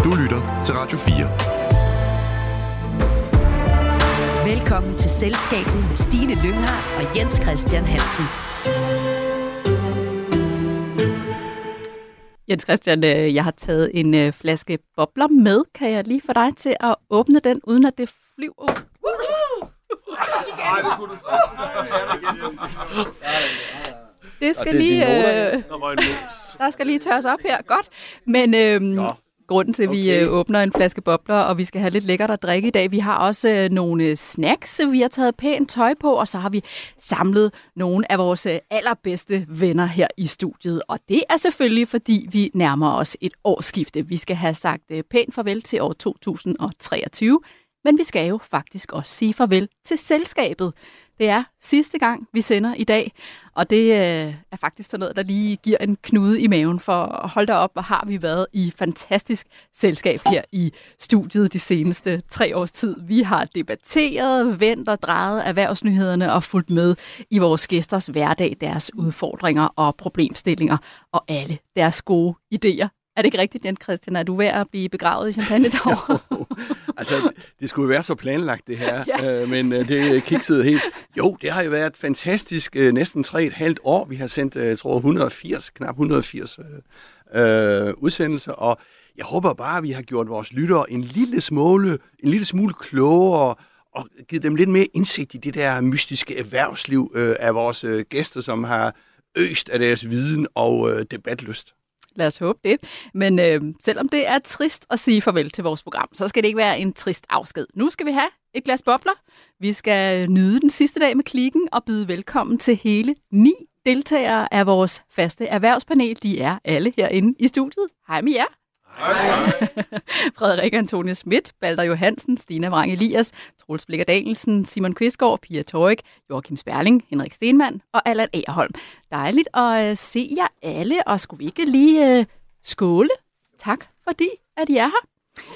Du lytter til Radio 4. Velkommen til Selskabet med Stine Lynghardt og Jens Christian Hansen. Jens Christian, jeg har taget en flaske bobler med. Kan jeg lige få dig til at åbne den, uden at det flyver? Det skal lige... der skal lige tørres op her. Godt. Men grunden til, at vi åbner en flaske bobler, og vi skal have lidt lækkert at drikke i dag. Vi har også nogle snacks, vi har taget pænt tøj på, og så har vi samlet nogle af vores allerbedste venner her i studiet. Og det er selvfølgelig, fordi vi nærmer os et årsskifte. Vi skal have sagt pænt farvel til år 2023, men vi skal jo faktisk også sige farvel til selskabet. Det er sidste gang, vi sender i dag, og det er faktisk sådan noget, der lige giver en knude i maven for hold da op, hvor har vi været i fantastisk selskab her i studiet de seneste 3 års tid. Vi har debatteret, vendt og drejet erhvervsnyhederne og fulgt med i vores gæsters hverdag, deres udfordringer og problemstillinger og alle deres gode idéer. Er det ikke rigtigt, Jens Christian? Er du ved at blive begravet i champagne derovre? Altså, det skulle være så planlagt, det her, ja. Men det kiksede helt. Jo, det har jo været fantastisk, næsten 3,5 år. Vi har sendt, jeg tror, knap 180 udsendelser, og jeg håber bare, at vi har gjort vores lyttere en lille smule klogere, og givet dem lidt mere indsigt i det der mystiske erhvervsliv af vores gæster, som har øst af deres viden og debatlyst. Lad os håbe det. Men selvom det er trist at sige farvel til vores program, så skal det ikke være en trist afsked. Nu skal vi have et glas bobler. Vi skal nyde den sidste dag med klikken og byde velkommen til hele 9 deltagere af vores faste erhvervspanel. De er alle herinde i studiet. Hej med jer. Hej. Frederik Antonie Schmidt, Balder Johansen, Stina Vrang Elias, Troels Blikker Danielsen, Simon Kvistgaard, Pia Torik, Joachim Sperling, Henrik Stenmann og Allan Agerholm. Dejligt at se jer alle, og skulle vi ikke lige skåle? Tak fordi, at I er her.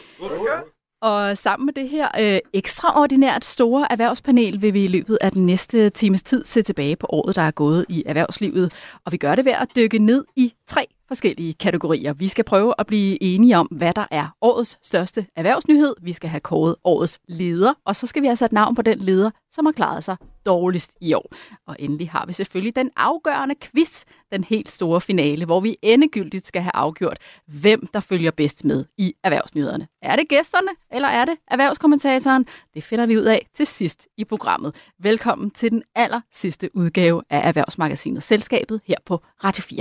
Og sammen med det her ekstraordinært store erhvervspanel vil vi i løbet af den næste times tid se tilbage på året, der er gået i erhvervslivet. Og vi gør det ved at dykke ned i 3 forskellige kategorier. Vi skal prøve at blive enige om, hvad der er årets største erhvervsnyhed. Vi skal have kåret årets leder, og så skal vi have sat navn på den leder, som har klaret sig dårligst i år. Og endelig har vi selvfølgelig den afgørende quiz, den helt store finale, hvor vi endegyldigt skal have afgjort, hvem der følger bedst med i erhvervsnyhederne. Er det gæsterne, eller er det erhvervskommentatoren? Det finder vi ud af til sidst i programmet. Velkommen til den aller sidste udgave af Erhvervsmagasinet Selskabet her på Radio 4.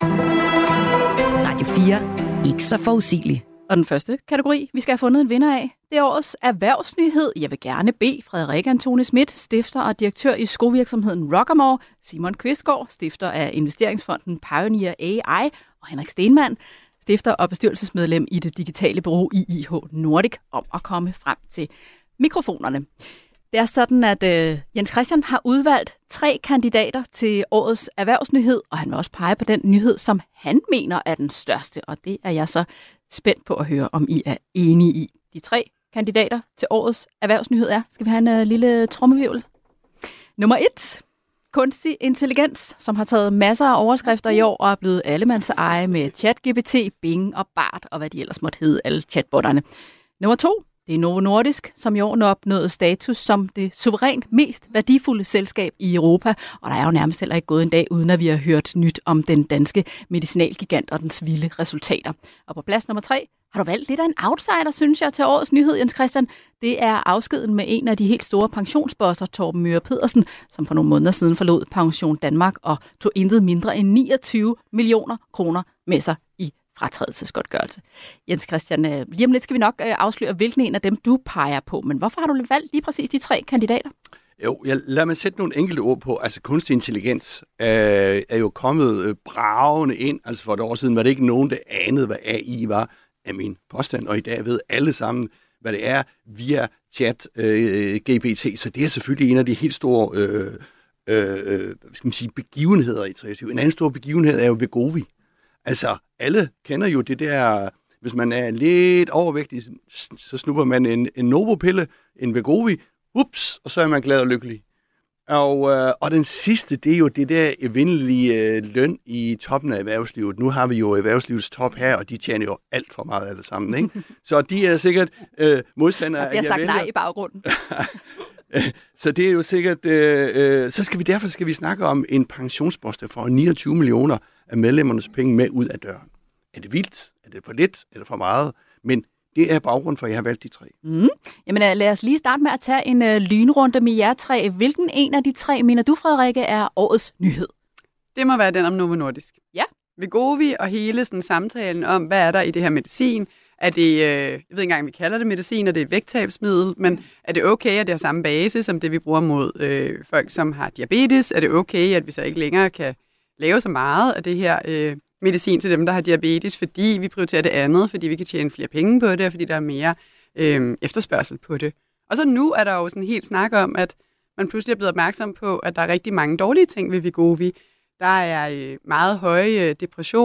Radio 4. Ikke så forudsigelig. Og den første kategori, vi skal have fundet en vinder af, det er årets erhvervsnyhed. Jeg vil gerne bede Frederik Antonie Schmidt, stifter og direktør i skovirksomheden Rockamore, Simon Kvistgaard, stifter af investeringsfonden Pioneer AI, og Henrik Stenmann, stifter og bestyrelsesmedlem i det digitale bureau IIH Nordic, om at komme frem til mikrofonerne. Det er sådan, at Jens Christian har udvalgt 3 kandidater til årets erhvervsnyhed, og han vil også pege på den nyhed, som han mener er den største, og det er jeg så spændt på at høre, om I er enige i. De 3 kandidater til årets erhvervsnyhed er, skal vi have en lille trommevirvel? Nummer 1. Kunstig intelligens, som har taget masser af overskrifter i år og er blevet allemandseje med ChatGPT, Bing og Bard og hvad de ellers måtte hedde, alle chatbotterne. Nummer 2. Det er Novo Nordisk, som i år opnåede status som det suverænt mest værdifulde selskab i Europa. Og der er jo nærmest heller ikke gået en dag, uden at vi har hørt nyt om den danske medicinalgigant og dens vilde resultater. Og på plads nummer 3 har du valgt lidt af en outsider, synes jeg, til årets nyhed, Jens Christian. Det er afskeden med en af de helt store pensionsbosser, Torben Møger Pedersen, som for nogle måneder siden forlod Pension Danmark og tog intet mindre end 29 millioner kroner med sig i fratrædelsesgodtgørelse. Jens Christian, lige om lidt skal vi nok afsløre, hvilken en af dem du peger på. Men hvorfor har du valgt lige præcis de 3 kandidater? Jo, lad mig sætte nogle enkelte ord på. Altså, kunstig intelligens er jo kommet bragende ind. Altså, for et år siden var det ikke nogen, der anede, hvad AI var, af min påstand. Og i dag ved alle sammen, hvad det er via chat GPT. Så det er selvfølgelig en af de helt store begivenheder i 23. En anden stor begivenhed er jo Wegovy. Altså, alle kender jo det der, hvis man er lidt overvægtig, så snupper man en Novo-pille, en Wegovy, ups, og så er man glad og lykkelig. Og den sidste, det er jo det der evindelige løn i toppen af erhvervslivet. Nu har vi jo erhvervslivets top her, og de tjener jo alt for meget alle sammen, ikke? Så de er sikkert modstandere af, at jeg sagt nej i baggrunden. Så det er jo sikkert... Derfor skal vi snakke om en pensionspost, for 29 millioner af medlemmernes penge med ud af døren. Er det vildt? Er det for lidt? Er det for meget? Men det er baggrunden for, at jeg har valgt de 3. Jamen lad os lige starte med at tage en lynrunde med jer 3. Hvilken en af de 3, mener du, Frederikke, er årets nyhed? Det må være den om Novo Nordisk. Ja. Wegovy og hele sådan samtalen om, hvad er der i det her medicin? Er det, jeg ved ikke engang, vi kalder det medicin, er det et vægttabsmiddel, men er det okay, at det har samme base som det, vi bruger mod folk, som har diabetes? Er det okay, at vi så ikke længere kan lave så meget af det her medicin til dem, der har diabetes, fordi vi prioriterer det andet, fordi vi kan tjene flere penge på det, og fordi der er mere efterspørgsel på det. Og så nu er der jo sådan helt snak om, at man pludselig er blevet opmærksom på, at der er rigtig mange dårlige ting ved Wegovy. Der er meget høje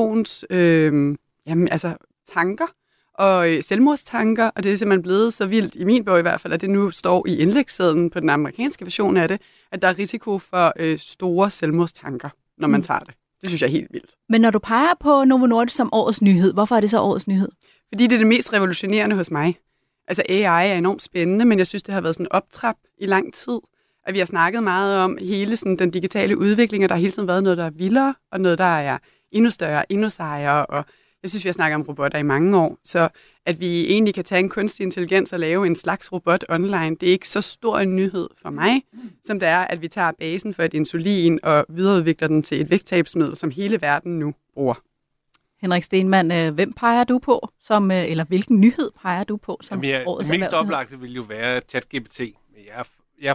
tanker og selvmordstanker, og det er simpelthen blevet så vildt, i min bog i hvert fald, at det nu står i indlægssedlen på den amerikanske version af det, at der er risiko for store selvmordstanker, når man tager det. Det synes jeg er helt vildt. Men når du peger på Novo Nordisk som årets nyhed, hvorfor er det så årets nyhed? Fordi det er det mest revolutionerende hos mig. Altså AI er enormt spændende, men jeg synes, det har været sådan en optrap i lang tid. At vi har snakket meget om hele sådan den digitale udvikling, og der har hele tiden været noget, der er vildere, og noget, der er endnu større, endnu sejere, og jeg synes, vi har snakket om robotter i mange år. Så at vi egentlig kan tage en kunstig intelligens og lave en slags robot online, det er ikke så stor en nyhed for mig, som det er, at vi tager basen for et insulin og videreudvikler den til et vægttabsmiddel, som hele verden nu bruger. Henrik Stenmann, hvem peger du på, eller hvilken nyhed peger du på som årets det mest oplagte vil jo være ChatGPT. Jeg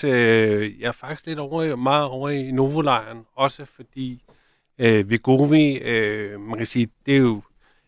er faktisk lidt meget over i Novo-lejren, også fordi Wegovy, man kan sige, det er jo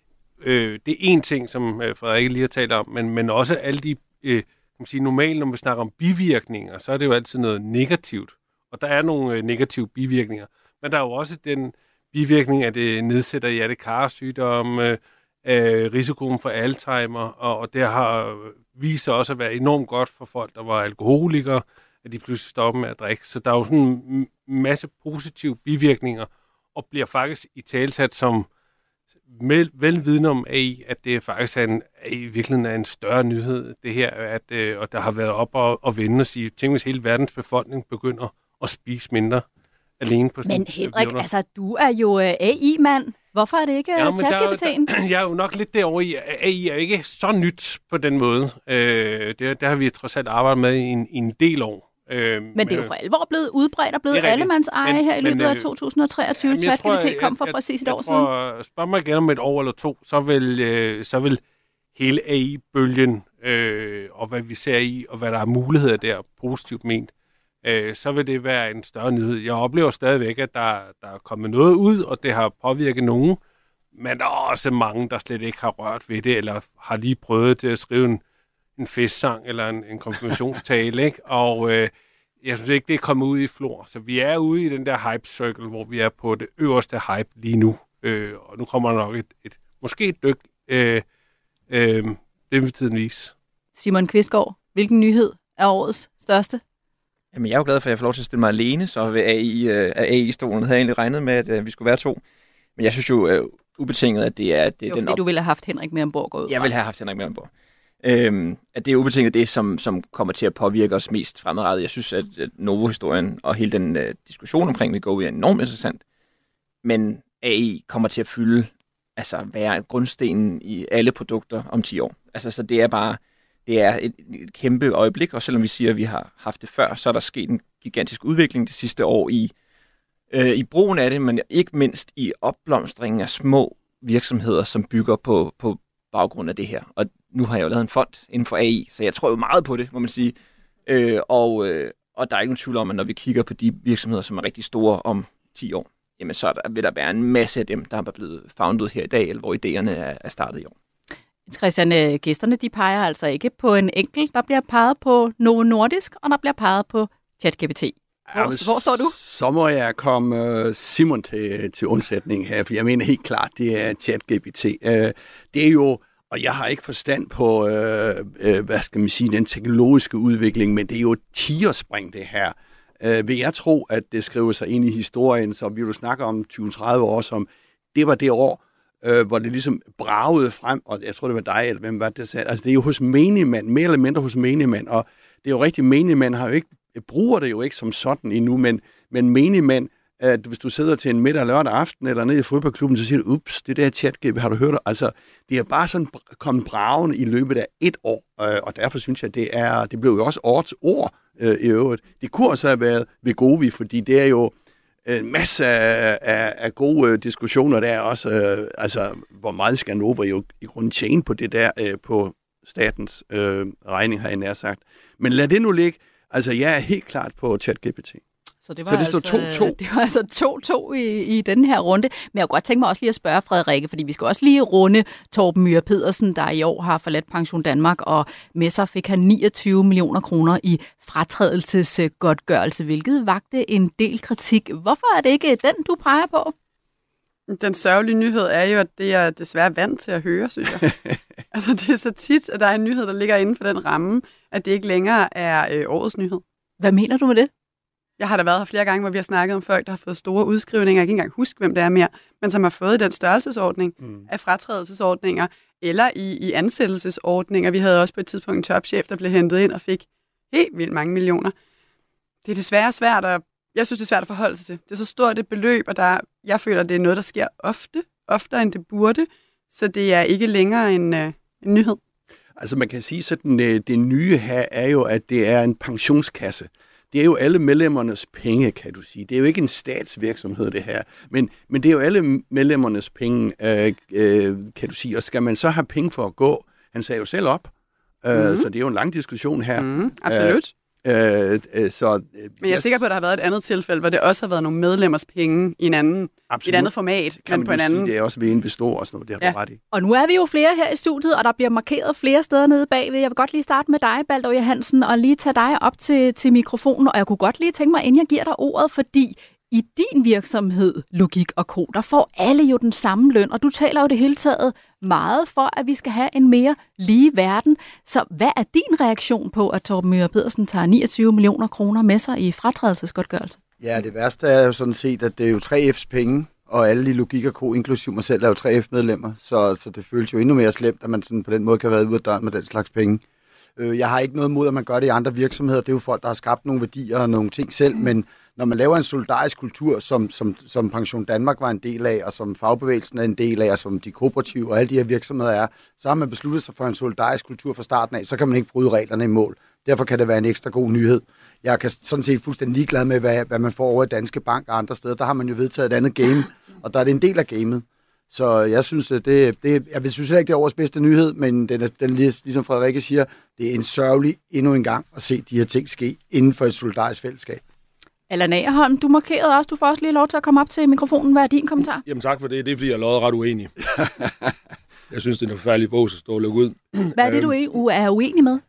det er en ting, som Frederikke lige har talt om, men også alle de, kan man sige, normalt, når vi snakker om bivirkninger, så er det jo altid noget negativt. Og der er nogle negative bivirkninger. Men der er jo også den bivirkning, at det nedsætter hjerte-karsygdomme, risikoen for Alzheimer, og det har vist sig også at være enormt godt for folk, der var alkoholikere, at de pludselig stopper med at drikke. Så der er jo sådan en masse positive bivirkninger, og bliver faktisk italesat som velvidende om AI, at det faktisk i virkeligheden er en større nyhed, det her, og der har været op og vende og sige, tænk hvis hele verdens befolkning begynder at spise mindre alene på sådan. Men Henrik, altså du er jo AI-mand. Hvorfor er det ikke ChatGPT'en? Jeg er jo nok lidt derovre i, AI er ikke så nyt på den måde. Det har vi trods alt arbejdet med i en del år. Men det er jo for alvor blevet udbredt og blevet allemands eje her i løbet af 2023. ChatGPT kom for præcis et år siden. Spørg mig igen om et år eller to, så vil hele AI-bølgen og hvad vi ser i, og hvad der er muligheder der, positivt ment, så vil det være en større nyhed. Jeg oplever stadigvæk, at der er kommet noget ud, og det har påvirket nogen, men der er også mange, der slet ikke har rørt ved det, eller har lige prøvet at skrive en festsang eller en konfirmationstale, ikke? Og jeg synes ikke, det er kommet ud i flor. Så vi er ude i den der hype-circle, hvor vi er på det øverste hype lige nu. Og nu kommer der nok måske et dyk, det vil tiden vise. Simon Kvistgaard, hvilken nyhed er årets største? Jamen, jeg er jo glad for, at jeg får lov til at stille mig alene, så ved AI-stolen havde jeg egentlig regnet med, at vi skulle være 2. Men jeg synes jo ubetinget, at det er... Det er fordi du ville have haft Henrik med ombord, går ud. Jeg ville have haft Henrik med ombord. At det er ubetinget det, som kommer til at påvirke os mest fremadrettet. Jeg synes, at Novo-historien og hele den diskussion omkring Wegovy er enormt interessant. Men AI kommer til at fylde, altså være grundstenen i alle produkter om 10 år. Altså, så det er et kæmpe øjeblik, og selvom vi siger, at vi har haft det før, så er der sket en gigantisk udvikling det sidste år i brugen af det, men ikke mindst i opblomstringen af små virksomheder, som bygger på baggrund af det her. Og nu har jeg jo lavet en fond inden for AI, så jeg tror jo meget på det, må man sige. Og der er ikke nogen tvivl om, at når vi kigger på de virksomheder, som er rigtig store om 10 år, jamen så vil der være en masse af dem, der er blevet founded her i dag, eller hvor idéerne er startet i år. Christian, gæsterne de peger altså ikke på en enkelt. Der bliver peget på Novo Nordisk, og der bliver peget på ChatGPT. Hvor står du? Så må jeg komme Simon til undsætning her, for jeg mener helt klart, det er ChatGPT. Det er jo, og jeg har ikke forstand på, hvad skal man sige, den teknologiske udvikling, men det er jo et tigerspring, det her. vil jeg tro, at det skriver sig ind i historien, så vi vil snakke om 20-30 år, som det var det år, hvor det ligesom bragede frem, og jeg tror, det var dig, eller hvem var det, der sagde, altså det er jo hos menigmand, mere eller mindre hos menigmand, og det er jo rigtigt, menigmand har jo ikke, bruger det jo ikke som sådan endnu, men menigmand, at hvis du sidder til en middag lørdag aften, eller nede i fodboldklubben, så siger du, ups, det der ChatGPT, har du hørt? Altså, det er bare sådan kommet bragende i løbet af 1 år, og derfor synes jeg, det blev jo også årets ord i øvrigt. Det kunne også have været Wegovy, fordi det er jo en masse af gode diskussioner der også, altså, hvor meget skal Novo jo i grunden tjene på det der, på statens regning, har jeg nær sagt. Men lad det nu ligge. Altså, jeg er helt klart på ChatGPT. Så det står 2-2. Det var altså 2-2 i den her runde. Men jeg kunne godt tænke mig også lige at spørge Frederikke, fordi vi skal også lige runde Torben Myhre Pedersen, der i år har forladt Pension Danmark, og med sig fik han 29 millioner kroner i fratrædelsesgodtgørelse, hvilket vagte en del kritik. Hvorfor er det ikke den, du peger på? Den sørgelige nyhed er jo, at det er desværre vant til at høre, synes jeg. Altså, det er så tit, at der er en nyhed, der ligger inden for den ramme, at det ikke længere er årets nyhed. Hvad mener du med det? Jeg har da været her flere gange, hvor vi har snakket om folk, der har fået store udskrivninger. Jeg kan ikke engang huske, hvem det er mere, men som har fået den størrelsesordning af fratrædelsesordninger, eller i ansættelsesordninger. Vi havde også på et tidspunkt en topchef, der blev hentet ind og fik helt vildt mange millioner. Det er desværre svært jeg synes, det er svært at forholde sig til. Det er så stort et beløb, og jeg føler, at det er noget, der sker oftere end det burde, så det er ikke længere en nyhed. Altså man kan sige, at det nye her er jo, at det er en pensionskasse. Det er jo alle medlemmernes penge, kan du sige. Det er jo ikke en statsvirksomhed, det her. Men det er jo alle medlemmernes penge, kan du sige. Og skal man så have penge for at gå? Han sagde jo selv op. Så det er jo en lang diskussion her. Absolut. Men jeg er sikker på, at der har været et andet tilfælde, hvor det også har været nogle medlemmers penge i et andet format, men på en anden. Det er også ved investorer og sådan noget, det har du ret i. Og nu er vi jo flere her i studiet, og der bliver markeret flere steder nede bagved. Jeg vil godt lige starte med dig, Baldur Johansen, og lige tage dig op til mikrofonen. Og jeg kunne godt lige tænke mig, inden jeg giver dig ordet, fordi i din virksomhed, Logik & Co., der får alle jo den samme løn, og du taler jo det hele taget meget for, at vi skal have en mere lige verden. Så hvad er din reaktion på, at Torben Myhre Pedersen tager 29 millioner kroner med sig i fratrædelsesgodtgørelse? Ja, det værste er jo sådan set, at det er jo 3F's penge, og alle i Logik & Co., inklusive mig selv, er jo 3F-medlemmer, så det føles jo endnu mere slemt, at man sådan på den måde kan være ude af døren med den slags penge. Jeg har ikke noget mod, at man gør det i andre virksomheder. Det er jo folk, der har skabt nogle værdier og nogle ting selv, men når man laver en solidarisk kultur, som Pension Danmark var en del af, og som fagbevægelsen er en del af, og som de kooperative og alle de her virksomheder er, så har man besluttet sig for en solidarisk kultur fra starten af, så kan man ikke bryde reglerne i mål. Derfor kan det være en ekstra god nyhed. Jeg kan sådan set fuldstændig ligeglad med, hvad man får over i Danske Bank og andre steder. Der har man jo vedtaget et andet game, og der er det en del af gamet. Så jeg synes, jeg synes ikke, det er årets bedste nyhed, men den ligesom Frederikke siger, det er en sørgelig endnu en gang at se de her ting ske inden for et solidarisk fællesskab. Allan Agerholm, du markerede også. Du får også lige lov til at komme op til mikrofonen. Hvad er din kommentar? Jamen tak for det. Det er, fordi jeg er lodret ret uenig. Jeg synes, det er en forfærdelig bog, så står og lukke ud. Hvad er det, du er uenig med?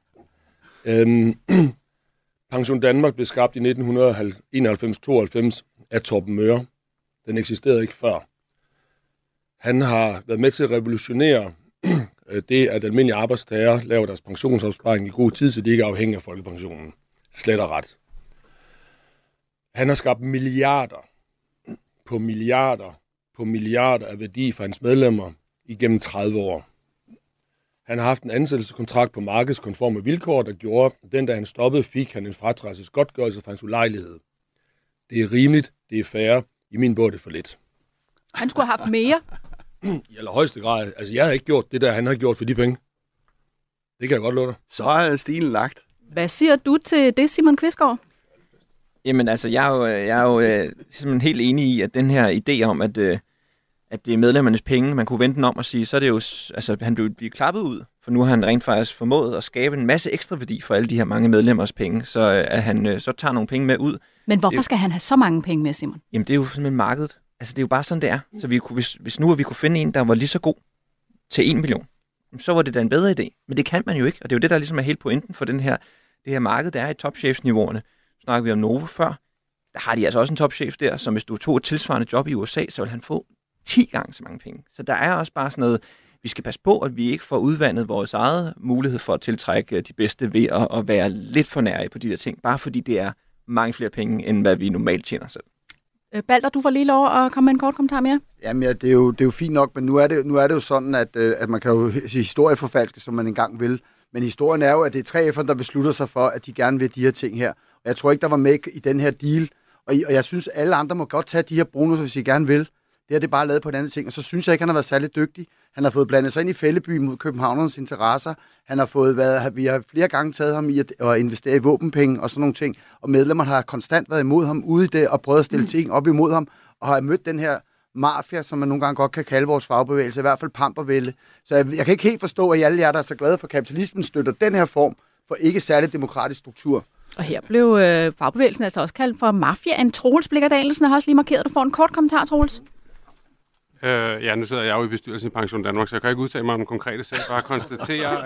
Pension Danmark blev skabt i 1991-92 af Torben Myhre. Den eksisterede ikke før. Han har været med til at revolutionere det, at almindelige arbejdstagere laver deres pensionsopsparing i god tid, så de ikke er afhængige af folkepensionen. Slet og ret. Han har skabt milliarder på milliarder på milliarder af værdi for hans medlemmer igennem 30 år. Han har haft en ansættelseskontrakt på markedskonforme vilkår, der gjorde, at den, da han stoppede, fik han en fratrædelsesgodtgørelse for hans ulejlighed. Det er rimeligt, det er fair. I min bog er det for lidt. Han skulle have haft mere. I allerhøjeste grad. Altså, jeg har ikke gjort det der, han har gjort for de penge. Det kan jeg godt love dig. Så er stilen lagt. Hvad siger du til det, Simon Kvistgaard? Jamen altså, jeg er jo simpelthen helt enig i, at den her idé om, at det er medlemmernes penge, man kunne vente den om og sige, så er det jo, altså han blev klappet ud, for nu har han rent faktisk formået at skabe en masse ekstra værdi for alle de her mange medlemmers penge, så at han så tager nogle penge med ud. Men hvorfor skal han have så mange penge med, Simon? Jamen det er jo simpelthen markedet. Altså det er jo bare sådan, det er. Så hvis nu vi kunne finde en, der var lige så god til 1 million, så var det da en bedre idé. Men det kan man jo ikke, og det er jo det, der ligesom er helt pointen for det her marked, der er i topchefsniveauerne. Så snakker vi om Novo før. Der har de altså også en topchef der, som hvis du tog et tilsvarende job i USA, så vil han få 10 gange så mange penge. Så der er også bare sådan noget, vi skal passe på, at vi ikke får udvandet vores eget mulighed for at tiltrække de bedste ved at være lidt for nære på de der ting, bare fordi det er mange flere penge, end hvad vi normalt tjener selv. Balder, du får lige lov at komme med en kort kommentar mere. Jamen ja, det er jo fint nok, men nu er det jo sådan, at man kan jo sige historieforfalske, som man engang vil. Men historien er jo, at det er 3F'erne, der beslutter sig for, at de gerne vil de her ting her. Og jeg tror ikke, der var med i den her deal. Og jeg synes, alle andre må godt tage de her bonusser, hvis de gerne vil. Det har det bare lavet på en anden ting. Og så synes jeg ikke, han har været særlig dygtig. Han har fået blandet sig ind i Fælleby mod københavnernes interesser. Han har fået vi har flere gange taget ham i at investere i våbenpenge og sådan nogle ting. Og medlemmer har konstant været imod ham ude i det og prøvet at stille ting op imod ham. Og har mødt den her mafia, som man nogle gange godt kan kalde vores fagbevægelse, i hvert fald pampervælde. Så jeg kan ikke helt forstå, at alle jer, der er så glade for kapitalismen, støtter den her form for ikke særlig demokratisk struktur. Og her blev fagbevægelsen altså også kaldt for mafiaen. Troels Blikker Danielsen har også lige markeret, at du får en kort kommentar, Troels. Ja, nu sidder jeg jo i bestyrelsen i Pension Danmark, så jeg kan ikke udtale mig om den konkrete sag. Bare konstatere,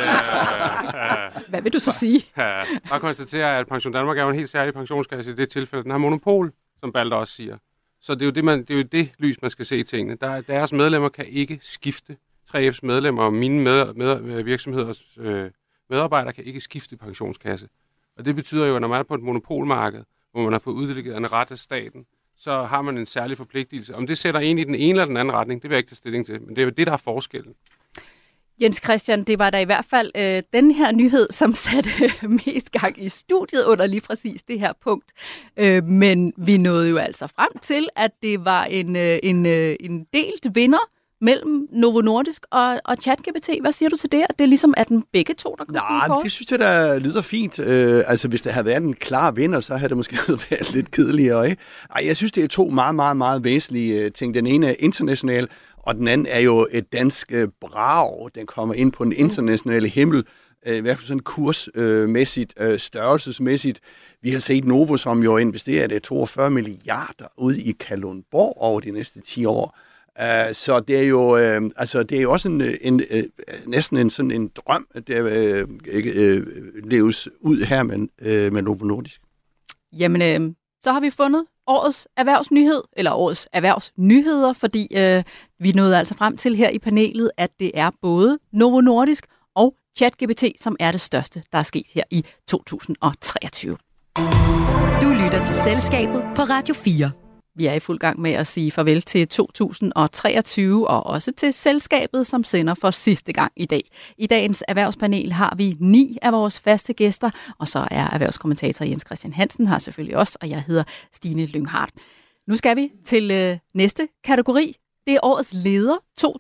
at... Hvad vil du så sige? Bare konstatere, at Pension Danmark er jo en helt særlig pensionskasse i det tilfælde. Den har monopol, som Balder også siger. Så det er jo det lys, man skal se i tingene. Deres medlemmer kan ikke skifte. 3F's medlemmer og mine virksomheders medarbejdere kan ikke skifte pensionskasse. Og det betyder jo, at når man er på et monopolmarked, hvor man har fået uddelegeret en ret af staten, så har man en særlig forpligtelse. Om det sætter en i den ene eller den anden retning, det vil jeg ikke tage stilling til. Men det er jo det, der er forskellen. Jens Christian, det var da i hvert fald den her nyhed, som satte mest gang i studiet under lige præcis det her punkt. Men vi nåede jo altså frem til, at det var en delt vinder mellem Novo Nordisk og ChatGPT. Hvad siger du til det? At det ligesom er den begge to, der kunne spille kort? Det synes jeg, der lyder fint. Altså, hvis der havde været en klar vinder, så havde det måske været lidt kedeligere, ikke? Ej, jeg synes, det er to meget, meget, meget væsentlige ting. Den ene er international, og den anden er jo et dansk brag, den kommer ind på den internationale himmel, i hvert fald sådan kursmæssigt, størrelsesmæssigt. Vi har set Novo, som jo investerer 42 milliarder ud i Kalundborg over de næste 10 år. Så det er jo det er jo også næsten sådan en drøm, der leves ud her med Novo Nordisk. Jamen, så har vi fundet årets erhvervsnyhed, eller årets erhvervsnyheder, fordi vi nåede altså frem til her i panelet, at det er både Novo Nordisk og ChatGPT, som er det største, der er sket her i 2023. Du lytter til Selskabet på Radio 4. Vi er i fuld gang med at sige farvel til 2023 og også til selskabet, som sender for sidste gang i dag. I dagens erhvervspanel har vi 9 af vores faste gæster, og så er erhvervskommentator Jens Christian Hansen her selvfølgelig også, og jeg hedder Stine Lynghardt. Nu skal vi til næste kategori. Det er årets leder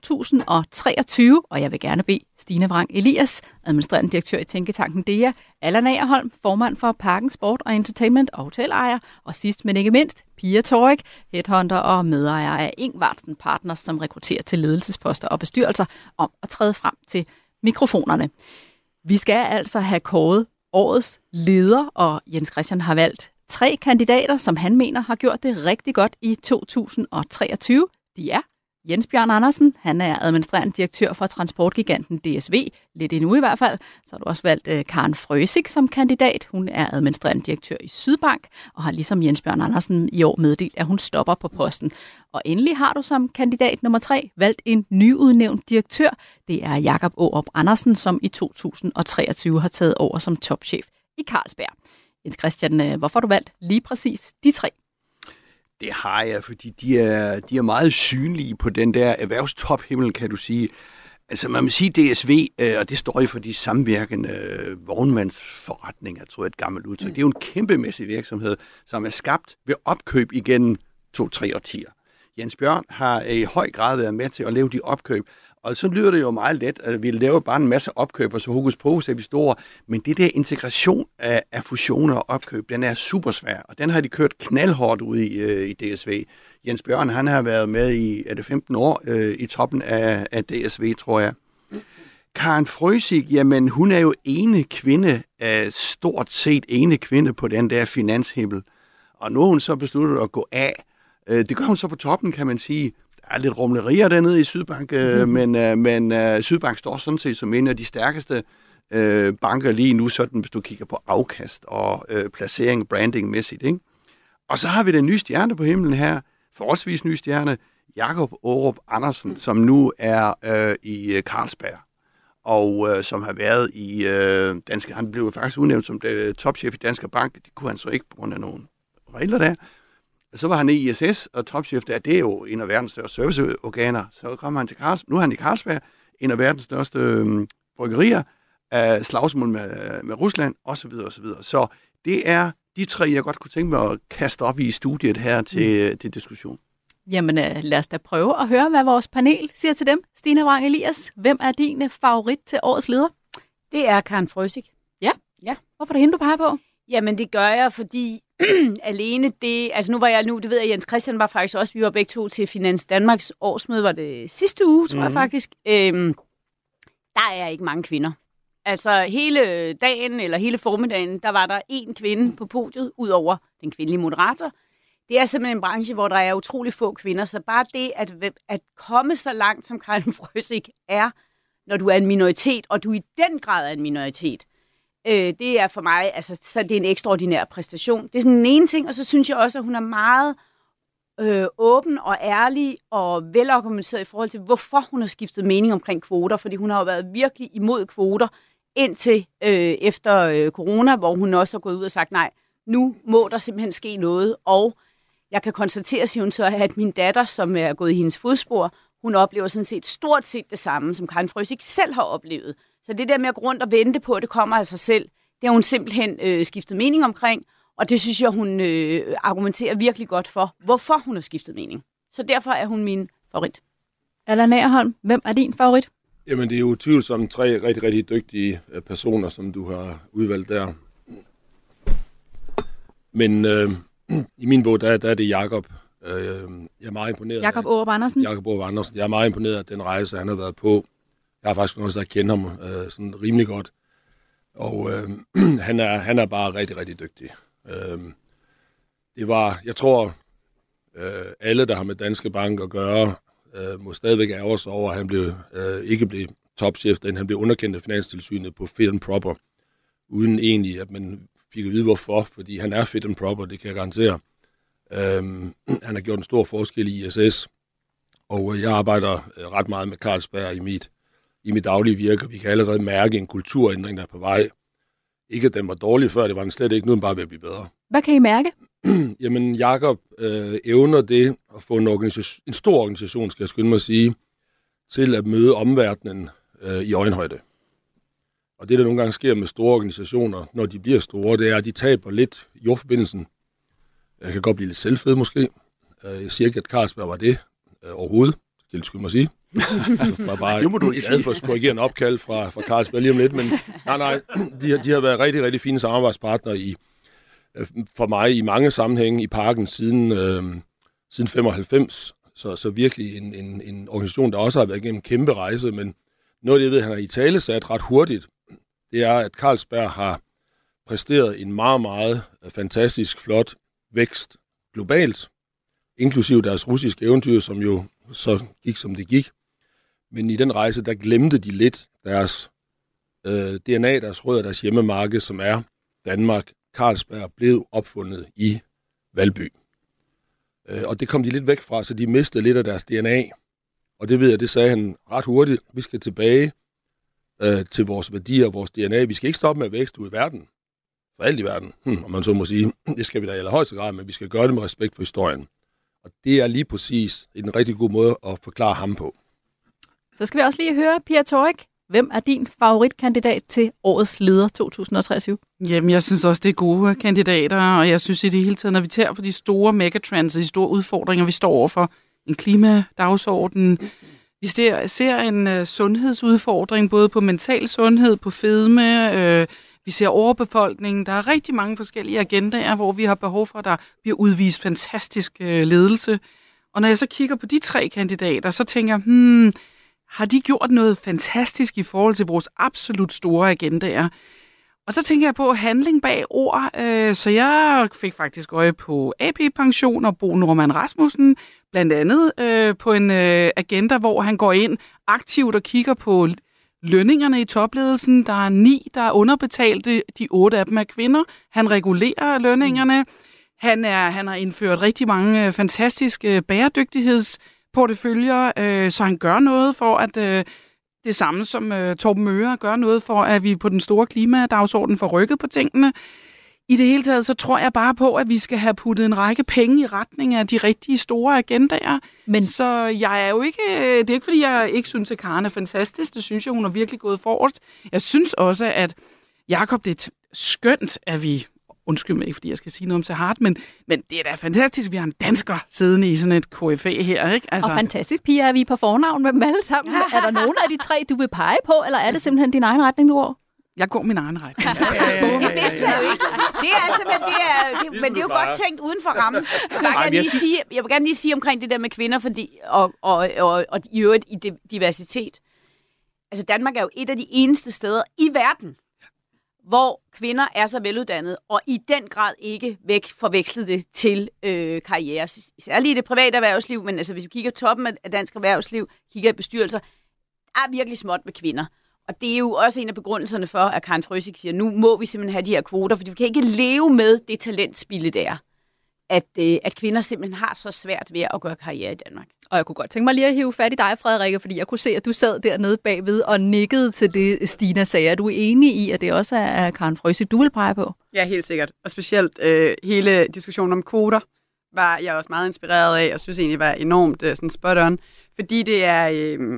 2023, og jeg vil gerne bede Stine Vrang Elias, administrerende direktør i Tænketanken DEA, Allan Agerholm, formand for Parken Sport og Entertainment og hotelejer, og sidst men ikke mindst, Pia Torik, headhunter og medejer af Ingvartsen Partners, som rekrutterer til ledelsesposter og bestyrelser, om at træde frem til mikrofonerne. Vi skal altså have kåret årets leder, og Jens Christian har valgt 3 kandidater, som han mener har gjort det rigtig godt i 2023. De er Jens Bjørn Andersen, han er administrerende direktør for transportgiganten DSV, lidt endnu i hvert fald. Så har du også valgt Karen Frøsig som kandidat. Hun er administrerende direktør i Sydbank, og har ligesom Jens Bjørn Andersen i år meddelt, at hun stopper på posten. Og endelig har du som kandidat nummer 3 valgt en nyudnævnt direktør. Det er Jakob Aarup Andersen, som i 2023 har taget over som topchef i Carlsberg. Jens Christian, hvorfor har du valgt lige præcis de 3? Det har jeg, fordi de er meget synlige på den der erhvervstophimmel, kan du sige. Altså man må sige DSV, og det står jo for de samvirkende vognmandsforretninger, jeg tror jeg er et gammelt udtryk. Det er jo en kæmpemæssig virksomhed, som er skabt ved opkøb igennem 2-3 årtier. Jens Bjørn har i høj grad været med til at lave de opkøb. Og så lyder det jo meget let, at vi laver bare en masse opkøb, og så hokus pokus er vi store. Men det der integration af fusioner og opkøb, den er super svær. Og den har de kørt knaldhårdt ud i DSV. Jens Bjørn, han har været med i 15 år i toppen af DSV, tror jeg. Karen Frøsig, jamen hun er jo stort set ene kvinde på den der finanshimmel. Og nu har hun så besluttet at gå af. Det gør hun så på toppen, kan man sige. Der er lidt rumlerier dernede i Sydbank, men Sydbank står sådan set som en af de stærkeste banker lige nu, sådan hvis du kigger på afkast og placering, branding-mæssigt. Ikke? Og så har vi den nye stjerne på himlen her, forholdsvis nye stjerne, Jakob Aarup Andersen, som nu er i Carlsberg. og som har været i Danske. Han blev faktisk udnævnt som topchef i Danske Bank. Det kunne han så ikke på grund af nogle regler der. Så var han i ISS, og topchef der, det er jo en af verdens største serviceorganer. Så kom han til Carlsberg. Nu er han i Carlsberg, en af verdens største bryggerier, af slagsmål med Rusland, osv. osv. Så det er de tre, jeg godt kunne tænke mig at kaste op i studiet her til diskussion. Jamen lad os da prøve at høre, hvad vores panel siger til dem. Stina Wrang Elias, hvem er din favorit til årets leder? Det er Karen Frøsig. Ja? Hvorfor er det hende, du peger på? Jamen det gør jeg, fordi alene det, altså det ved jeg, Jens Christian var faktisk også, vi var begge to til Finans Danmarks årsmøde, var det sidste uge, tror jeg faktisk. Der er ikke mange kvinder. Altså hele dagen eller hele formiddagen, der var der én kvinde på podiet, ud over den kvindelige moderator. Det er simpelthen en branche, hvor der er utrolig få kvinder, så bare det at komme så langt, som Karen Frøsig er, når du er en minoritet, og du i den grad er en minoritet, det er for mig, altså, så det er en ekstraordinær præstation. Det er sådan en ene ting, og så synes jeg også, at hun er meget åben og ærlig og velargumenteret i forhold til, hvorfor hun har skiftet mening omkring kvoter, fordi hun har jo været virkelig imod kvoter indtil efter corona, hvor hun også har gået ud og sagt, nej, nu må der simpelthen ske noget, og jeg kan konstatere, siger hun så, at min datter, som er gået i hendes fodspor, hun oplever sådan set stort set det samme, som Karen Frøsig selv har oplevet. Så det der med at gå rundt og vente på, at det kommer af sig selv, det har hun simpelthen skiftet mening omkring, og det synes jeg, hun argumenterer virkelig godt for, hvorfor hun har skiftet mening. Så derfor er hun min favorit. Allan Agerholm, hvem er din favorit? Jamen, det er jo utvivlsomt 3 rigtig, rigtig dygtige personer, som du har udvalgt der. Men i min bog, der er det Jakob. Jeg er meget imponeret. Jakob Aarup Andersen? Jakob Aarup Andersen. Jeg er meget imponeret af den rejse, han har været på. Jeg har faktisk også kendt ham sådan rimelig godt. Og han er bare rigtig, rigtig dygtig. Jeg tror, alle, der har med Danske Bank at gøre, må stadigvæk ærge sig over, at han ikke blev topchef, da han blev underkendt af Finanstilsynet på fit and proper, uden egentlig, at man fik at vide, hvorfor, fordi han er fit and proper, det kan jeg garantere. Han har gjort en stor forskel i ISS, og jeg arbejder ret meget med Carlsberg i mit daglige virke, og vi kan allerede mærke en kulturændring, der er på vej. Ikke at den var dårlig før, det var den slet ikke, nu er den bare ved at blive bedre. Hvad kan I mærke? Jamen, Jakob evner det at få en stor organisation, skal jeg skynde mig at sige, til at møde omverdenen i øjenhøjde. Og det, der nogle gange sker med store organisationer, når de bliver store, det er, at de taber lidt jordforbindelsen. Jeg kan godt blive lidt selvfed måske. Jeg siger ikke, at Carlsberg var det overhovedet, skal jeg skynde mig at sige. Det må du ikke sige. For at korrigere en opkald fra Carlsberg lige om lidt, men nej, de har været rigtig, rigtig fine samarbejdspartnere for mig i mange sammenhænge i parken siden 95, så virkelig en organisation, der også har været igennem en kæmpe rejse, men noget af det, jeg ved, han har i tale sat ret hurtigt, det er, at Carlsberg har præsteret en meget, meget fantastisk, flot vækst globalt, inklusive deres russiske eventyr, som jo så gik, som det gik. Men i den rejse, der glemte de lidt deres DNA, deres rødder, deres hjemmemarked, som er Danmark. Carlsberg blev opfundet i Valby. Og det kom de lidt væk fra, så de mistede lidt af deres DNA. Og det ved jeg, det sagde han ret hurtigt. Vi skal tilbage til vores værdier og vores DNA. Vi skal ikke stoppe med at vækste ud i verden. For alt i verden, om man så må sige. Det skal vi da i allerhøjeste grad, men vi skal gøre det med respekt for historien. Og det er lige præcis en rigtig god måde at forklare ham på. Så skal vi også lige høre, Pia Torrik. Hvem er din favoritkandidat til årets leder 2023? Jamen, jeg synes også, det er gode kandidater, og jeg synes i det hele taget, når vi tager for de store megatrends og de store udfordringer, vi står overfor, en klimadagsorden, vi ser en sundhedsudfordring, både på mental sundhed, på fedme, vi ser overbefolkning. Der er rigtig mange forskellige agendaer, hvor vi har behov for, at der bliver udvist fantastisk ledelse. Og når jeg så kigger på de 3 kandidater, så tænker jeg, har de gjort noget fantastisk i forhold til vores absolut store agendaer? Og så tænker jeg på handling bag ord, så jeg fik faktisk øje på AP-pension og Bo Norman Rasmussen, blandt andet på en agenda, hvor han går ind aktivt og kigger på lønningerne i topledelsen. Der er 9, der er underbetalte, de 8 af dem er kvinder. Han regulerer lønningerne. Han har indført rigtig mange fantastiske bæredygtighedsporteføljer, så han gør noget for, at det samme som Torben Møre gør noget for, at vi på den store klimadagsorden får rykket på tingene. I det hele taget, så tror jeg bare på, at vi skal have puttet en række penge i retning af de rigtige store agendaer. Men så jeg er jo ikke, det er ikke fordi, jeg ikke synes, at Karen er fantastisk. Det synes jeg, hun har virkelig gået forrest. Jeg synes også, at Jakob, det er skønt, at vi... Undskyld mig ikke, fordi jeg skal sige noget om Sahart, men det er da fantastisk, at vi har en dansker siddende i sådan et KFA her, ikke? Altså... Og fantastisk, Pia, er vi på fornavn med dem alle sammen. Er der nogen af de tre, du vil pege på, eller er det simpelthen din egen retning, du går? Jeg går min egen retning. Det vidste jeg jo ikke. Det er simpelthen, men det er jo godt tænkt uden for rammen. Jeg vil gerne lige sige omkring det der med kvinder, fordi, og i øvrigt i diversitet. Altså Danmark er jo et af de eneste steder i verden, hvor kvinder er så veluddannede, og i den grad ikke forvekslet det til karriere. Særligt i det private erhvervsliv, men altså, hvis vi kigger toppen af dansk erhvervsliv, kigger i bestyrelser, er virkelig småt med kvinder. Og det er jo også en af begrundelserne for, at Karen Frøsig siger, nu må vi simpelthen have de her kvoter, fordi vi kan ikke leve med det talentspilde der, at kvinder simpelthen har så svært ved at gøre karriere i Danmark. Og jeg kunne godt tænke mig lige at hive fat i dig, Frederikke, fordi jeg kunne se, at du sad dernede bagved og nikkede til det, Stina sagde. Er du enig i, at det også er Karen Frøsig, du vil pege på? Ja, helt sikkert. Og specielt hele diskussionen om kvoter var jeg også meget inspireret af, og synes egentlig var enormt sådan spot on, fordi det er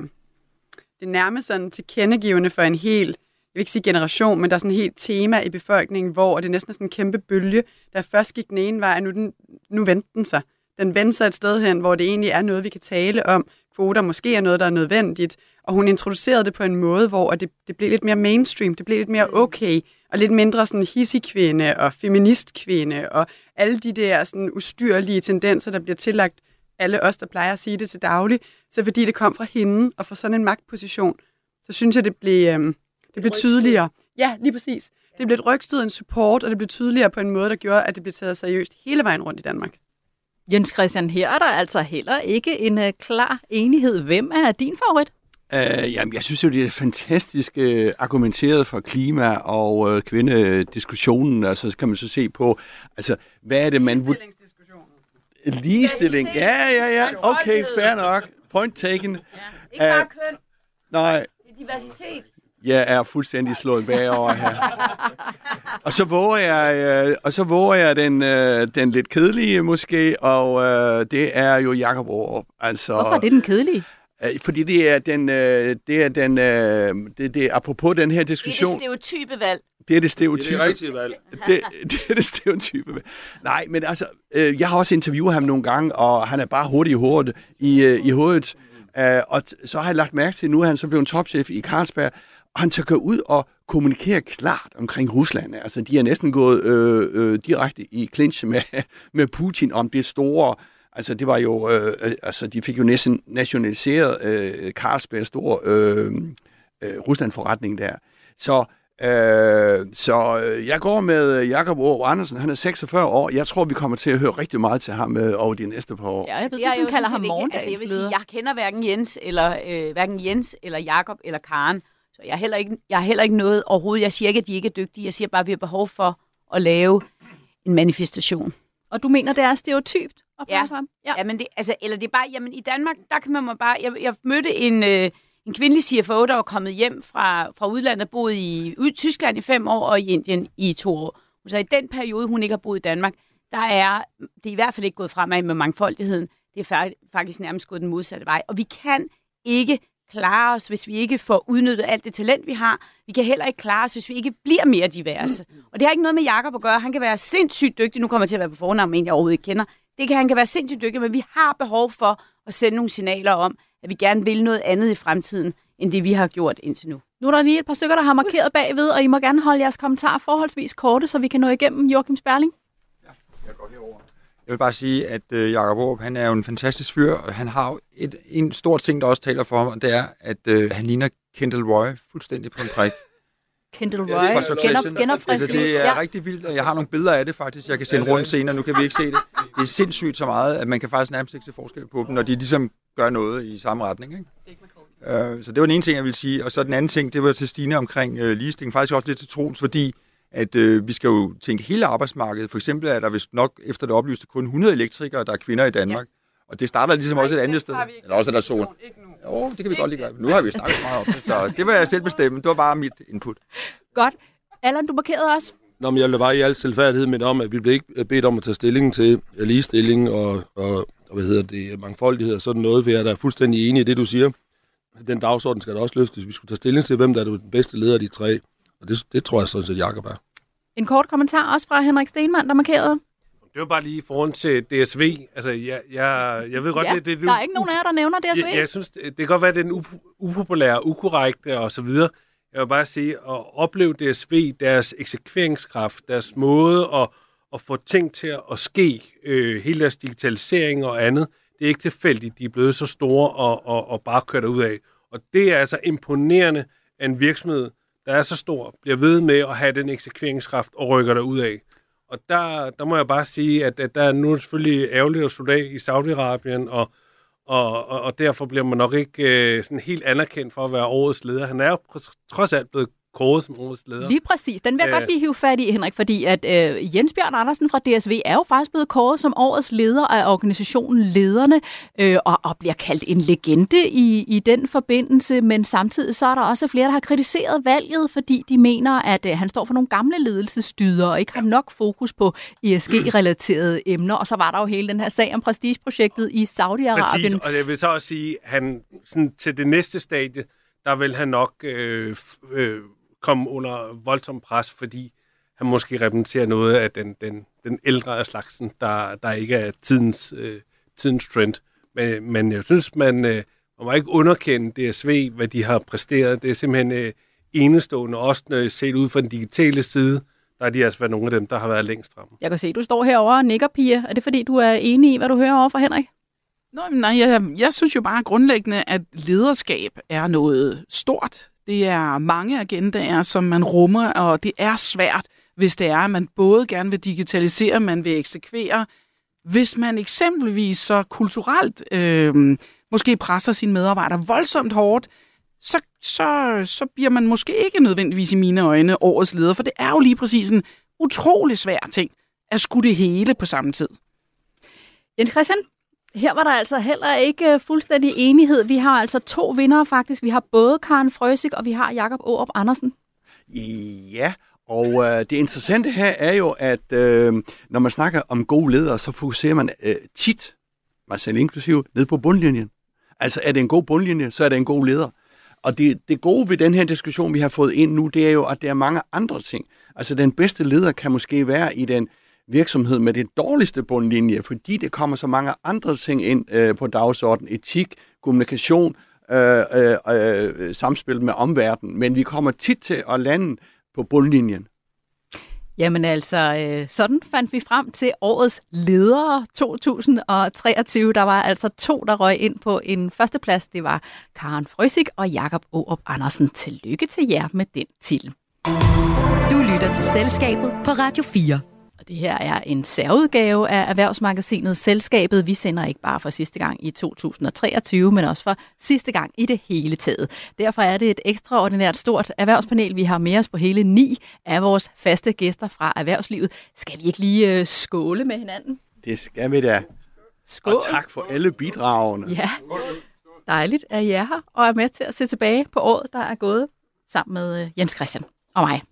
det nærmest sådan tilkendegivende for en hel, jeg vil ikke sige generation, men der er sådan et helt tema i befolkningen, hvor det næsten er sådan en kæmpe bølge, der først gik den ene vej, og nu vendte den sig. Den vendte sig et sted hen, hvor det egentlig er noget, vi kan tale om. Kvoter måske er noget, der er nødvendigt. Og hun introducerede det på en måde, hvor det blev lidt mere mainstream, det blev lidt mere okay, og lidt mindre sådan hissigkvinde og feministkvinde, og alle de der sådan ustyrlige tendenser, der bliver tillagt alle os, der plejer at sige det til daglig. Så fordi det kom fra hende, og fra sådan en magtposition, så synes jeg, det blev tydeligere. Ja, lige præcis. Det blev et rygstød, en support, og det blev tydeligere på en måde, der gjorde, at det blev taget seriøst hele vejen rundt i Danmark. Jens Christian, her er der altså heller ikke en klar enighed. Hvem er din favorit? Jamen, jeg synes jo, det er fantastisk argumenteret for klima- og kvindediskussionen. Altså, så kan man så se på, altså, hvad er det, man... Ligestilling. Ja. Okay, fair nok. Point taken. Ja. Ikke bare køn. Nej. Det er diversitet. Jeg er fuldstændig slået bagover her. Og så våger jeg den lidt kedelige måske, og det er jo Jakob Aarup. Altså, hvorfor er det den kedelige? Fordi det er apropos den her diskussion. Det er det stereotype valg. Det er det stereotype. Det er det rigtige valg. Det er det stereotype valg. Nej, men altså, jeg har også interviewet ham nogle gange, og han er bare hurtig i hovedet. Og så har jeg lagt mærke til, nu er han så blevet topchef i Carlsberg, og han så går ud og kommunikerer klart omkring Rusland. Altså, de er næsten gået direkte i clinch med Putin om det store. Altså, det var jo, de fik jo næsten nationaliseret Carlsbergs store Rusland-forretning der. Så jeg går med Jakob Aarup Andersen. Han er 46 år. Jeg tror, vi kommer til at høre rigtig meget til ham over de næste par år. Ja, jeg ved, du kalder ham morgendagens leder. Jeg vil sige, jeg kender hverken Jens eller Jakob eller Karen. Så jeg har heller ikke noget overhovedet. Jeg siger ikke, at de ikke er dygtige. Jeg siger bare, at vi har behov for at lave en manifestation. Og du mener, det er stereotypt at prøve ham? Ja, men det, altså, eller det er bare, jamen i Danmark, der kan man bare, jeg mødte en kvindelig CFO, der var kommet hjem fra udlandet, boet i Tyskland i 5 år og i Indien i 2 år. Så i den periode, hun ikke har boet i Danmark, det er i hvert fald ikke gået fremad med mangfoldigheden. Det er faktisk nærmest gået den modsatte vej. Og vi kan ikke klare os, hvis vi ikke får udnyttet alt det talent, vi har. Vi kan heller ikke klare os, hvis vi ikke bliver mere diverse. Og det har ikke noget med Jakob at gøre. Han kan være sindssygt dygtig. Nu kommer jeg til at være på fornavn, men jeg overhovedet ikke kender. Han kan være sindssygt dygtig, men vi har behov for at sende nogle signaler om, at vi gerne vil noget andet i fremtiden, end det vi har gjort indtil nu. Nu er der lige et par stykker, der har markeret bagved, og I må gerne holde jeres kommentarer forholdsvis korte, så vi kan nå igennem. Joachim Sperling? Ja, jeg går herover. Jeg vil bare sige, at Jakob Aarup, han er jo en fantastisk fyr, og han har jo en stor ting, der også taler for ham, og det er, at han ligner Kendall Roy fuldstændig på en prik. Kendall Roy, genopfriskning. Det er rigtig vildt, og jeg har nogle billeder af det faktisk, jeg kan sende rundt senere, nu kan vi ikke se det. Det er sindssygt så meget, at man kan faktisk nærmest ikke se forskel på dem, når de ligesom gør noget i samme retning, ikke? Så det var den ene ting, jeg ville sige, og så den anden ting, det var til Stine omkring ligestilling, faktisk også lidt til Troels, fordi at vi skal jo tænke hele arbejdsmarkedet. For eksempel er der vist nok, efter det oplyste, kun 100 elektrikere, der er kvinder i Danmark. Og det starter ligesom også et andet sted. Eller også er der sol. Jo, det kan vi godt lige gøre. Nu har vi snakket så meget om det, så det vil jeg selv bestemme. Det var bare mit input. Godt. Allan, du markerede også. Nå, men jeg vil bare i al selvfærdighed minde om, at vi blev ikke bedt om at tage stilling til ligestilling og mangfoldighed og sådan noget, for jeg er da fuldstændig enig i det, du siger. Den dagsorden skal da også løftes. Vi skulle tage stilling til, hvem der er den bedste leder af de tre. Og det tror jeg sådan set, Jakob er. En kort kommentar også fra Henrik Stenmann, der markerede. Det var bare lige i forhold til DSV. Altså, jeg ved godt, det der er ikke nogen af jer, der nævner DSV. Jeg synes, det kan godt være, at det er en upopulær, ukorrekte og så videre. Jeg vil bare sige, at opleve DSV, deres eksekveringskraft, deres måde at få ting til at ske, hele deres digitalisering og andet, det er ikke tilfældigt. De er blevet så store og bare kørt ud af. Og det er altså imponerende, at en virksomhed, der er så stor, bliver ved med at have den eksekveringskraft og rykker der ud af. Og der må jeg bare sige, at der er nu selvfølgelig ærgerligt at slutte af i Saudi-Arabien, og derfor bliver man nok ikke sådan helt anerkendt for at være årets leder. Han er jo trods alt blevet kåret som årets leder. Lige præcis. Den vil jeg godt lige hive fat i, Henrik, fordi at Jens Bjørn Andersen fra DSV er jo faktisk blevet kåret som årets leder af organisationen Lederne, og bliver kaldt en legende i den forbindelse, men samtidig så er der også flere, der har kritiseret valget, fordi de mener, at han står for nogle gamle ledelsesdyder og ikke har nok fokus på ESG-relaterede emner, og så var der jo hele den her sag om prestigeprojektet i Saudi-Arabien. Præcis, og jeg vil så også sige, at han sådan, til det næste stadie, der vil han nok komme under voldsom pres, fordi han måske repræsenterer noget af den ældre af slagsen, der ikke er tidens trend. Men jeg synes, man må ikke underkende DSV, hvad de har præsteret. Det er simpelthen enestående, også set ud fra den digitale side, der er de altså været nogle af dem, der har været længst fremme. Jeg kan se, du står herovre og nikker, Pia. Er det fordi, du er enig i, hvad du hører over fra Henrik? Nej, jeg synes jo bare grundlæggende, at lederskab er noget stort. Det er mange agendaer, som man rummer, og det er svært, hvis det er, at man både gerne vil digitalisere, man vil eksekvere. Hvis man eksempelvis så kulturelt måske presser sine medarbejdere voldsomt hårdt, så bliver man måske ikke nødvendigvis i mine øjne årets leder, for det er jo lige præcis en utrolig svær ting at skulle det hele på samme tid. Jens Christian? Her var der altså heller ikke fuldstændig enighed. Vi har altså 2 vindere faktisk. Vi har både Karen Frøsig og vi har Jakob Aarup Andersen. Ja, og det interessante her er jo, at når man snakker om gode ledere, så fokuserer man tit, mig selv inklusive, ned på bundlinjen. Altså er det en god bundlinje, så er det en god leder. Og det gode ved den her diskussion, vi har fået ind nu, det er jo, at der er mange andre ting. Altså den bedste leder kan måske være i den virksomhed med den dårligste bundlinje, fordi det kommer så mange andre ting ind på dagsordenen. Etik, kommunikation, samspil med omverdenen. Men vi kommer tit til at lande på bundlinjen. Jamen altså, sådan fandt vi frem til årets ledere 2023. Der var altså 2, der røg ind på en førsteplads. Det var Karen Frøsig og Jakob Aarup Andersen. Tillykke til jer med den titel. Du lytter til Selskabet på Radio 4. Det her er en særudgave af erhvervsmagasinet Selskabet. Vi sender ikke bare for sidste gang i 2023, men også for sidste gang i det hele taget. Derfor er det et ekstraordinært stort erhvervspanel. Vi har med os på hele 9 af vores faste gæster fra erhvervslivet. Skal vi ikke lige skåle med hinanden? Det skal vi da. Skål. Og tak for alle bidragene. Ja, dejligt, at I er her og er med til at se tilbage på året, der er gået sammen med Jens Christian og mig.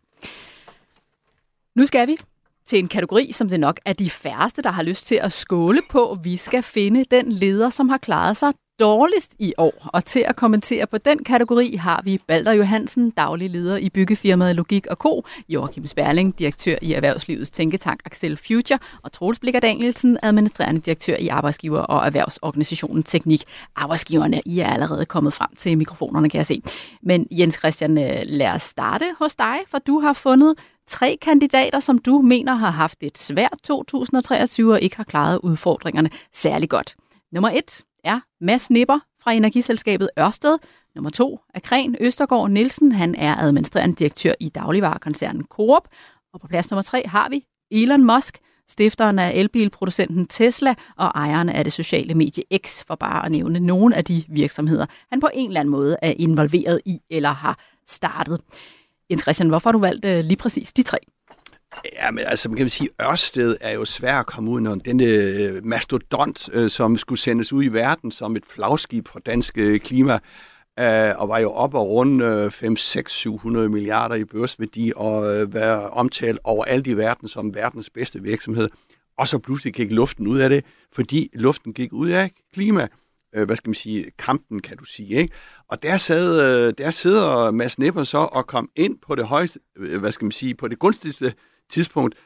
Nu skal vi til en kategori, som det nok er de færreste, der har lyst til at skåle på. Vi skal finde den leder, som har klaret sig dårligst i år. Og til at kommentere på den kategori har vi Balder Johansen, daglig leder i byggefirmaet Logik & Co., Joachim Sperling, direktør i Erhvervslivets tænketank Axel Future, og Troels Blikker Danielsen, administrerende direktør i Arbejdsgiver- og Erhvervsorganisationen Teknik. Arbejdsgiverne, I er allerede kommet frem til mikrofonerne, kan jeg se. Men Jens Christian, lad os starte hos dig, for du har fundet 3 kandidater, som du mener har haft et svært 2023 og ikke har klaret udfordringerne særlig godt. Nummer 1 er Mads Nipper fra energiselskabet Ørsted. Nummer 2 er Kren Østergaard Nielsen. Han er administrerende direktør i dagligvarekoncernen Coop. Og på plads nummer 3 har vi Elon Musk, stifteren af elbilproducenten Tesla og ejeren af det sociale medie X, for bare at nævne nogle af de virksomheder, han på en eller anden måde er involveret i eller har startet. Jens Christian, hvorfor har du valgt lige præcis de 3? Ja, men altså, man kan sige, Ørsted er jo svært at komme ud af denne mastodont, som skulle sendes ud i verden som et flagskib for dansk klima, og var jo op og rundt 500-700 milliarder i børsværdi, og var omtalt overalt i verden som verdens bedste virksomhed. Og så pludselig gik luften ud af det, fordi luften gik ud af klima. Kampen, kan du sige, ikke? Og der sidder Mads Nipper så og kom ind på det højeste, på det gunstigste tidspunkt,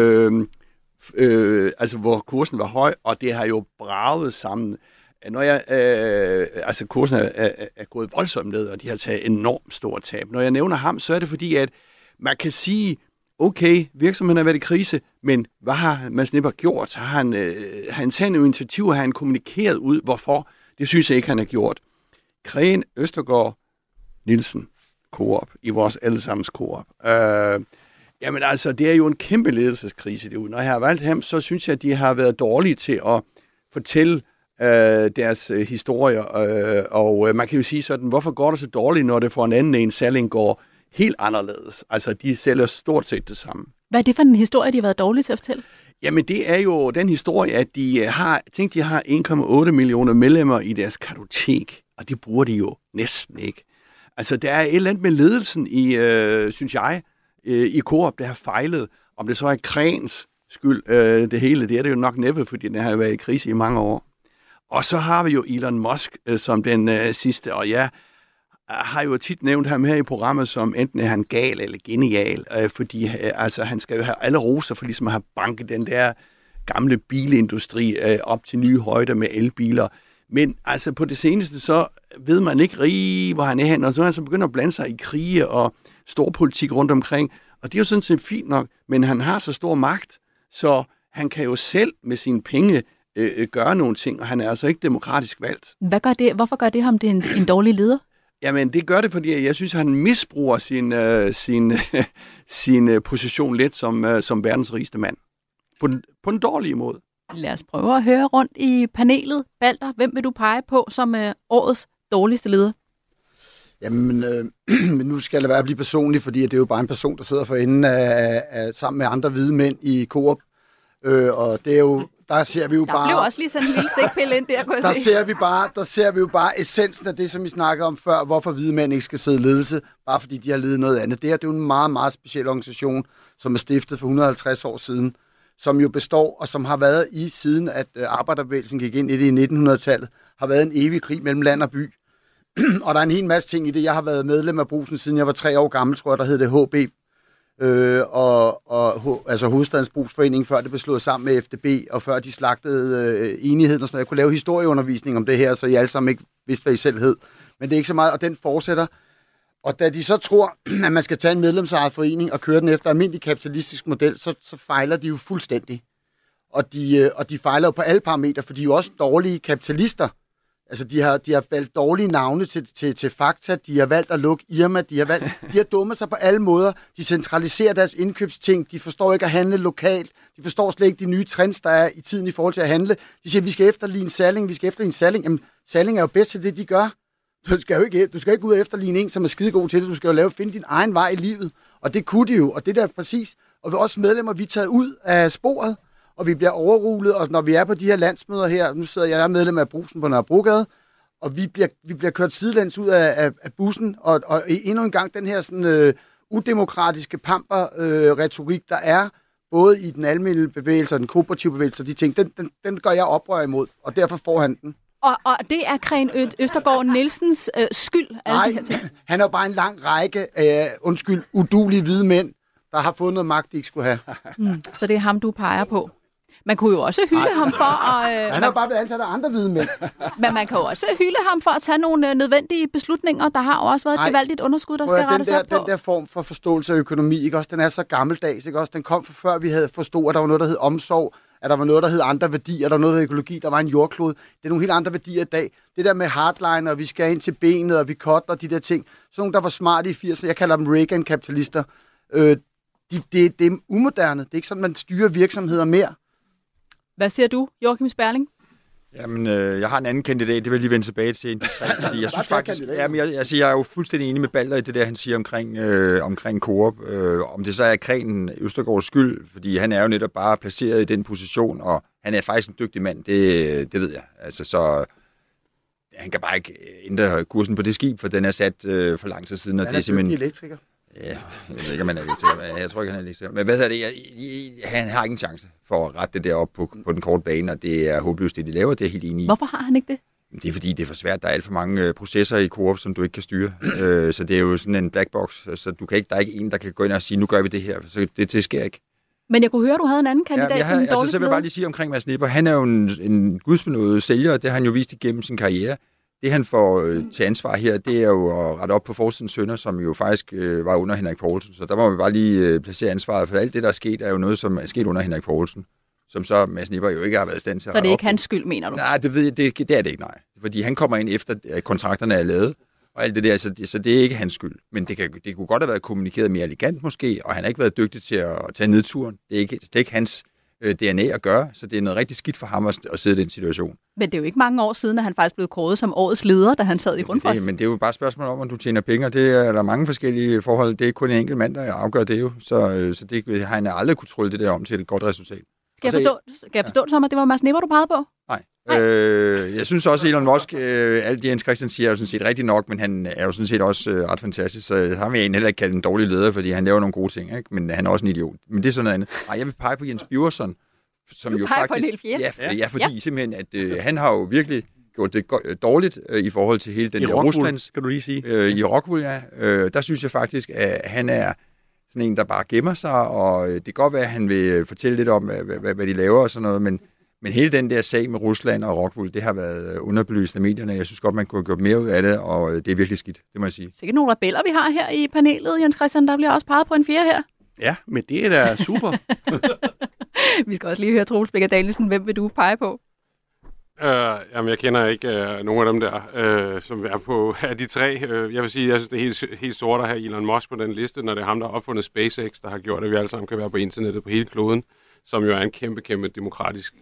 hvor kursen var høj, og det har jo braget sammen. Når kursen er gået voldsomt ned, og de har taget enormt stort tab. Når jeg nævner ham, så er det fordi, at man kan sige, okay, virksomheden har været i krise, men hvad har Mads Nipper gjort? Har han taget nogle initiativer, har han kommunikeret ud, hvorfor? Det synes jeg ikke, han har gjort. Kræn, Østergaard, Nielsen, Coop, i vores allesammens Coop. Jamen altså, det er jo en kæmpe ledelseskrise derude. Når jeg har valgt ham, så synes jeg, at de har været dårlige til at fortælle deres historier. Og man kan jo sige sådan, hvorfor går det så dårligt, når det for en anden en salg går helt anderledes? Altså, de sælger stort set det samme. Hvad er det for en historie, de har været dårlige til at fortælle? Jamen, det er jo den historie, at de har 1,8 millioner medlemmer i deres kartotek, og det bruger de jo næsten ikke. Altså, der er et eller andet med ledelsen i, synes jeg, i Coop, der har fejlet. Om det så er Kræns skyld, det hele, det er det jo nok næppe, fordi den har været i krise i mange år. Og så har vi jo Elon Musk som den sidste, og jeg har jo tit nævnt ham her i programmet, som enten er han gal eller genial, fordi han skal jo have alle roser for ligesom at have banket den der gamle bilindustri op til nye højder med elbiler. Men altså på det seneste, så ved man ikke rigtig, hvor han er hen, og så er han så begyndt at blande sig i krige og storpolitik rundt omkring, og det er jo sådan set fint nok, men han har så stor magt, så han kan jo selv med sine penge gøre nogle ting, og han er altså ikke demokratisk valgt. Hvorfor gør det ham til en dårlig leder? Jamen, det gør det, fordi jeg synes, at han misbruger sin position lidt som verdens rigeste mand. På den dårlige måde. Lad os prøve at høre rundt i panelet. Balder, hvem vil du pege på som årets dårligste leder? Jamen, men nu skal jeg lade være at blive personlig, fordi det er jo bare en person, der sidder for enden sammen med andre hvide mænd i Coop. Og det er jo, der ser vi jo bare... Der blev også lige sådan en lille stikpille ind der, kunne jeg se. Der ser vi jo bare essensen af det, som vi snakkede om før, hvorfor hvide mænd ikke skal sidde i ledelse, bare fordi de har ledet noget andet. Det er jo en meget, meget speciel organisation, som er stiftet for 150 år siden, som jo består, og som har været i siden, at arbejderbevægelsen gik ind i det i 1900-tallet, har været en evig krig mellem land og by. Og der er en hel masse ting i det. Jeg har været medlem af Brugsen, siden jeg var 3 år gammel, tror jeg, der hed det HB. Altså Hovedstadens Brugsforening, før det blev slået sammen med FDB, og før de slagtede enigheden og sådan noget. Jeg kunne lave historieundervisning om det her, så I alle sammen ikke vidste, hvad I selv hed. Men det er ikke så meget, og den fortsætter. Og da de så tror, at man skal tage en medlemsejet forening og køre den efter almindelig kapitalistisk model, så fejler de jo fuldstændig. Og de fejler jo på alle parametre, for de er jo også dårlige kapitalister. Altså, de har valgt dårlige navne til Fakta, de har valgt at lukke Irma, de har dummet sig på alle måder, de centraliserer deres indkøbsting, de forstår ikke at handle lokalt, de forstår slet ikke de nye trends, der er i tiden i forhold til at handle. De siger, vi skal efterligne Salling, Jamen, Salling er jo bedst til det, de gør. Du skal ikke ud og efterligne en, som er skidegod til det, du skal jo finde din egen vej i livet, og det kunne de jo, og det der præcis. Og vi også medlemmer, vi er taget ud af sporet, og vi bliver overrulet, og når vi er på de her landsmøder her, nu sidder jeg medlem af Brugsen på Nørrebrogade, og vi bliver kørt sidelæns ud af bussen, og endnu en gang den her sådan, udemokratiske pamper-retorik, der er, både i den almindelige bevægelse og den kooperative bevægelse, de ting, den gør jeg oprør imod, og derfor får han den. Og det er Kræn Østergaard Nielsens skyld? Nej, han er jo bare en lang række udulige hvide mænd, der har fået noget magt, de ikke skulle have. Så det er ham, du peger på. Man kunne jo også hylde ham for at... han har bare blevet ansat af andre hvide mænd. Men man kan jo også hylde ham for at tage nogle nødvendige beslutninger. Der har jo også været et gevaldigt underskud, der skal rettes op på. Den der form for forståelse af økonomi, ikke også, den er så gammeldags, ikke også? Den kom fra før, vi havde forstået, at der var noget, der hed omsorg, at der var noget, der hed andre værdier, der var noget, der hed økologi, der var en jordklode. Det er nogle helt andre værdier i dag. Det der med hardliner, og vi skal ind til benet, og vi cutter de der ting. Så nogle, der var smarte i 80'erne, jeg kalder dem Reagan-kapitalister. Det er umoderne. Det er ikke sådan, man styrer virksomheder mere. Hvad siger du, Joachim Sperling? Jamen, jeg har en anden kandidat, det vil jeg lige vende tilbage til de tre, fordi jeg synes faktisk, jeg er jo fuldstændig enig med Balder i det der, han siger omkring Coop. Om det så er Kren Østergaards skyld, fordi han er jo netop bare placeret i den position, og han er faktisk en dygtig mand, det ved jeg. Altså, så han kan bare ikke ændre kursen på det skib, for den er sat for lang tid siden. Og Han det er simpelthen elektriker. Ja, jeg ved ikke, om han er elektriker. Jeg tror ikke, han er elektriker. Men hvad hedder det? Han har ikke en chance for at rette det der op på den korte bane, og det er håbløst, det de laver. Det er helt enig i. Hvorfor har han ikke det? Det er fordi, det er for svært. Der er alt for mange processer i Coop, som du ikke kan styre. Så det er jo sådan en black box. Så der er ikke en, der kan gå ind og sige, nu gør vi det her. Så det sker ikke. Men jeg kunne høre, du havde en anden kandidat som en dårlig så vil jeg bare lige sige omkring Mads Nipper. Han er jo en gudsbenådet sælger, og det har han jo vist igennem sin karriere. Det han får til ansvar her, det er jo at rette op på forsidens synder, som jo faktisk var under Henrik Poulsen. Så der må vi bare lige placere ansvaret, for alt det, der er sket, er jo noget, som er sket under Henrik Poulsen, som så Mads Nipper jo ikke har været i stand til at Så det er ikke hans skyld, mener du? Nej, det er det ikke, nej. Fordi han kommer ind efter, at kontrakterne er lavet, og alt det der, så det er ikke hans skyld. Men det kunne godt have været kommunikeret mere elegant måske, og han har ikke været dygtig til at tage nedturen. Det er ikke hans DNA at gøre, så det er noget rigtig skidt for ham at sidde i den situation. Men det er jo ikke mange år siden, at han faktisk blev kåret som årets leder, da han sad i Grundfos. Men det er jo bare et spørgsmål om du tjener penge, og det er der mange forskellige forhold. Det er kun en enkelt mand, der afgør det jo. Så det har han aldrig kunne trylle det der om til et godt resultat. Skal jeg forstå det som, at det var Mads Nipper, du pegede på? Nej. Jeg synes også, at Elon Musk, alt det Jens Christian siger, er jo sådan set rigtig nok, men han er jo sådan set også ret fantastisk, så ham vil jeg heller ikke kalde en dårlig leder, fordi han laver nogle gode ting, ikke? Men han er også en idiot. Men det er sådan noget andet. Jeg vil pege på Jens Birgersson, som jo faktisk... Ja, fordi simpelthen, at han har jo virkelig gjort det dårligt i forhold til hele den der Ruslands... Kan du lige sige? I Rockwool, ja. Der synes jeg faktisk, at han er sådan en, der bare gemmer sig, og det kan godt være, at han vil fortælle lidt om, hvad de laver og sådan noget, men hele den der sag med Rusland og Rockwool, det har været underbelyst af medierne. Jeg synes godt, man kunne have gjort mere ud af det, og det er virkelig skidt, det må jeg sige. Sikkert nogle rebeller, vi har her i panelet, Jens Christian. Der bliver også peget på en fjerde her. Ja, men det er da super. Vi skal også lige høre Troels Blikker Danielsen. Hvem vil du pege på? Jamen, jeg kender ikke nogen af dem der, som er på af de tre. Jeg vil sige, jeg synes, det er helt sort at have Elon Musk på den liste, når det er ham, der har opfundet SpaceX, der har gjort, at vi alle sammen kan være på internettet på hele kloden, som jo er en kæmpe demokratisk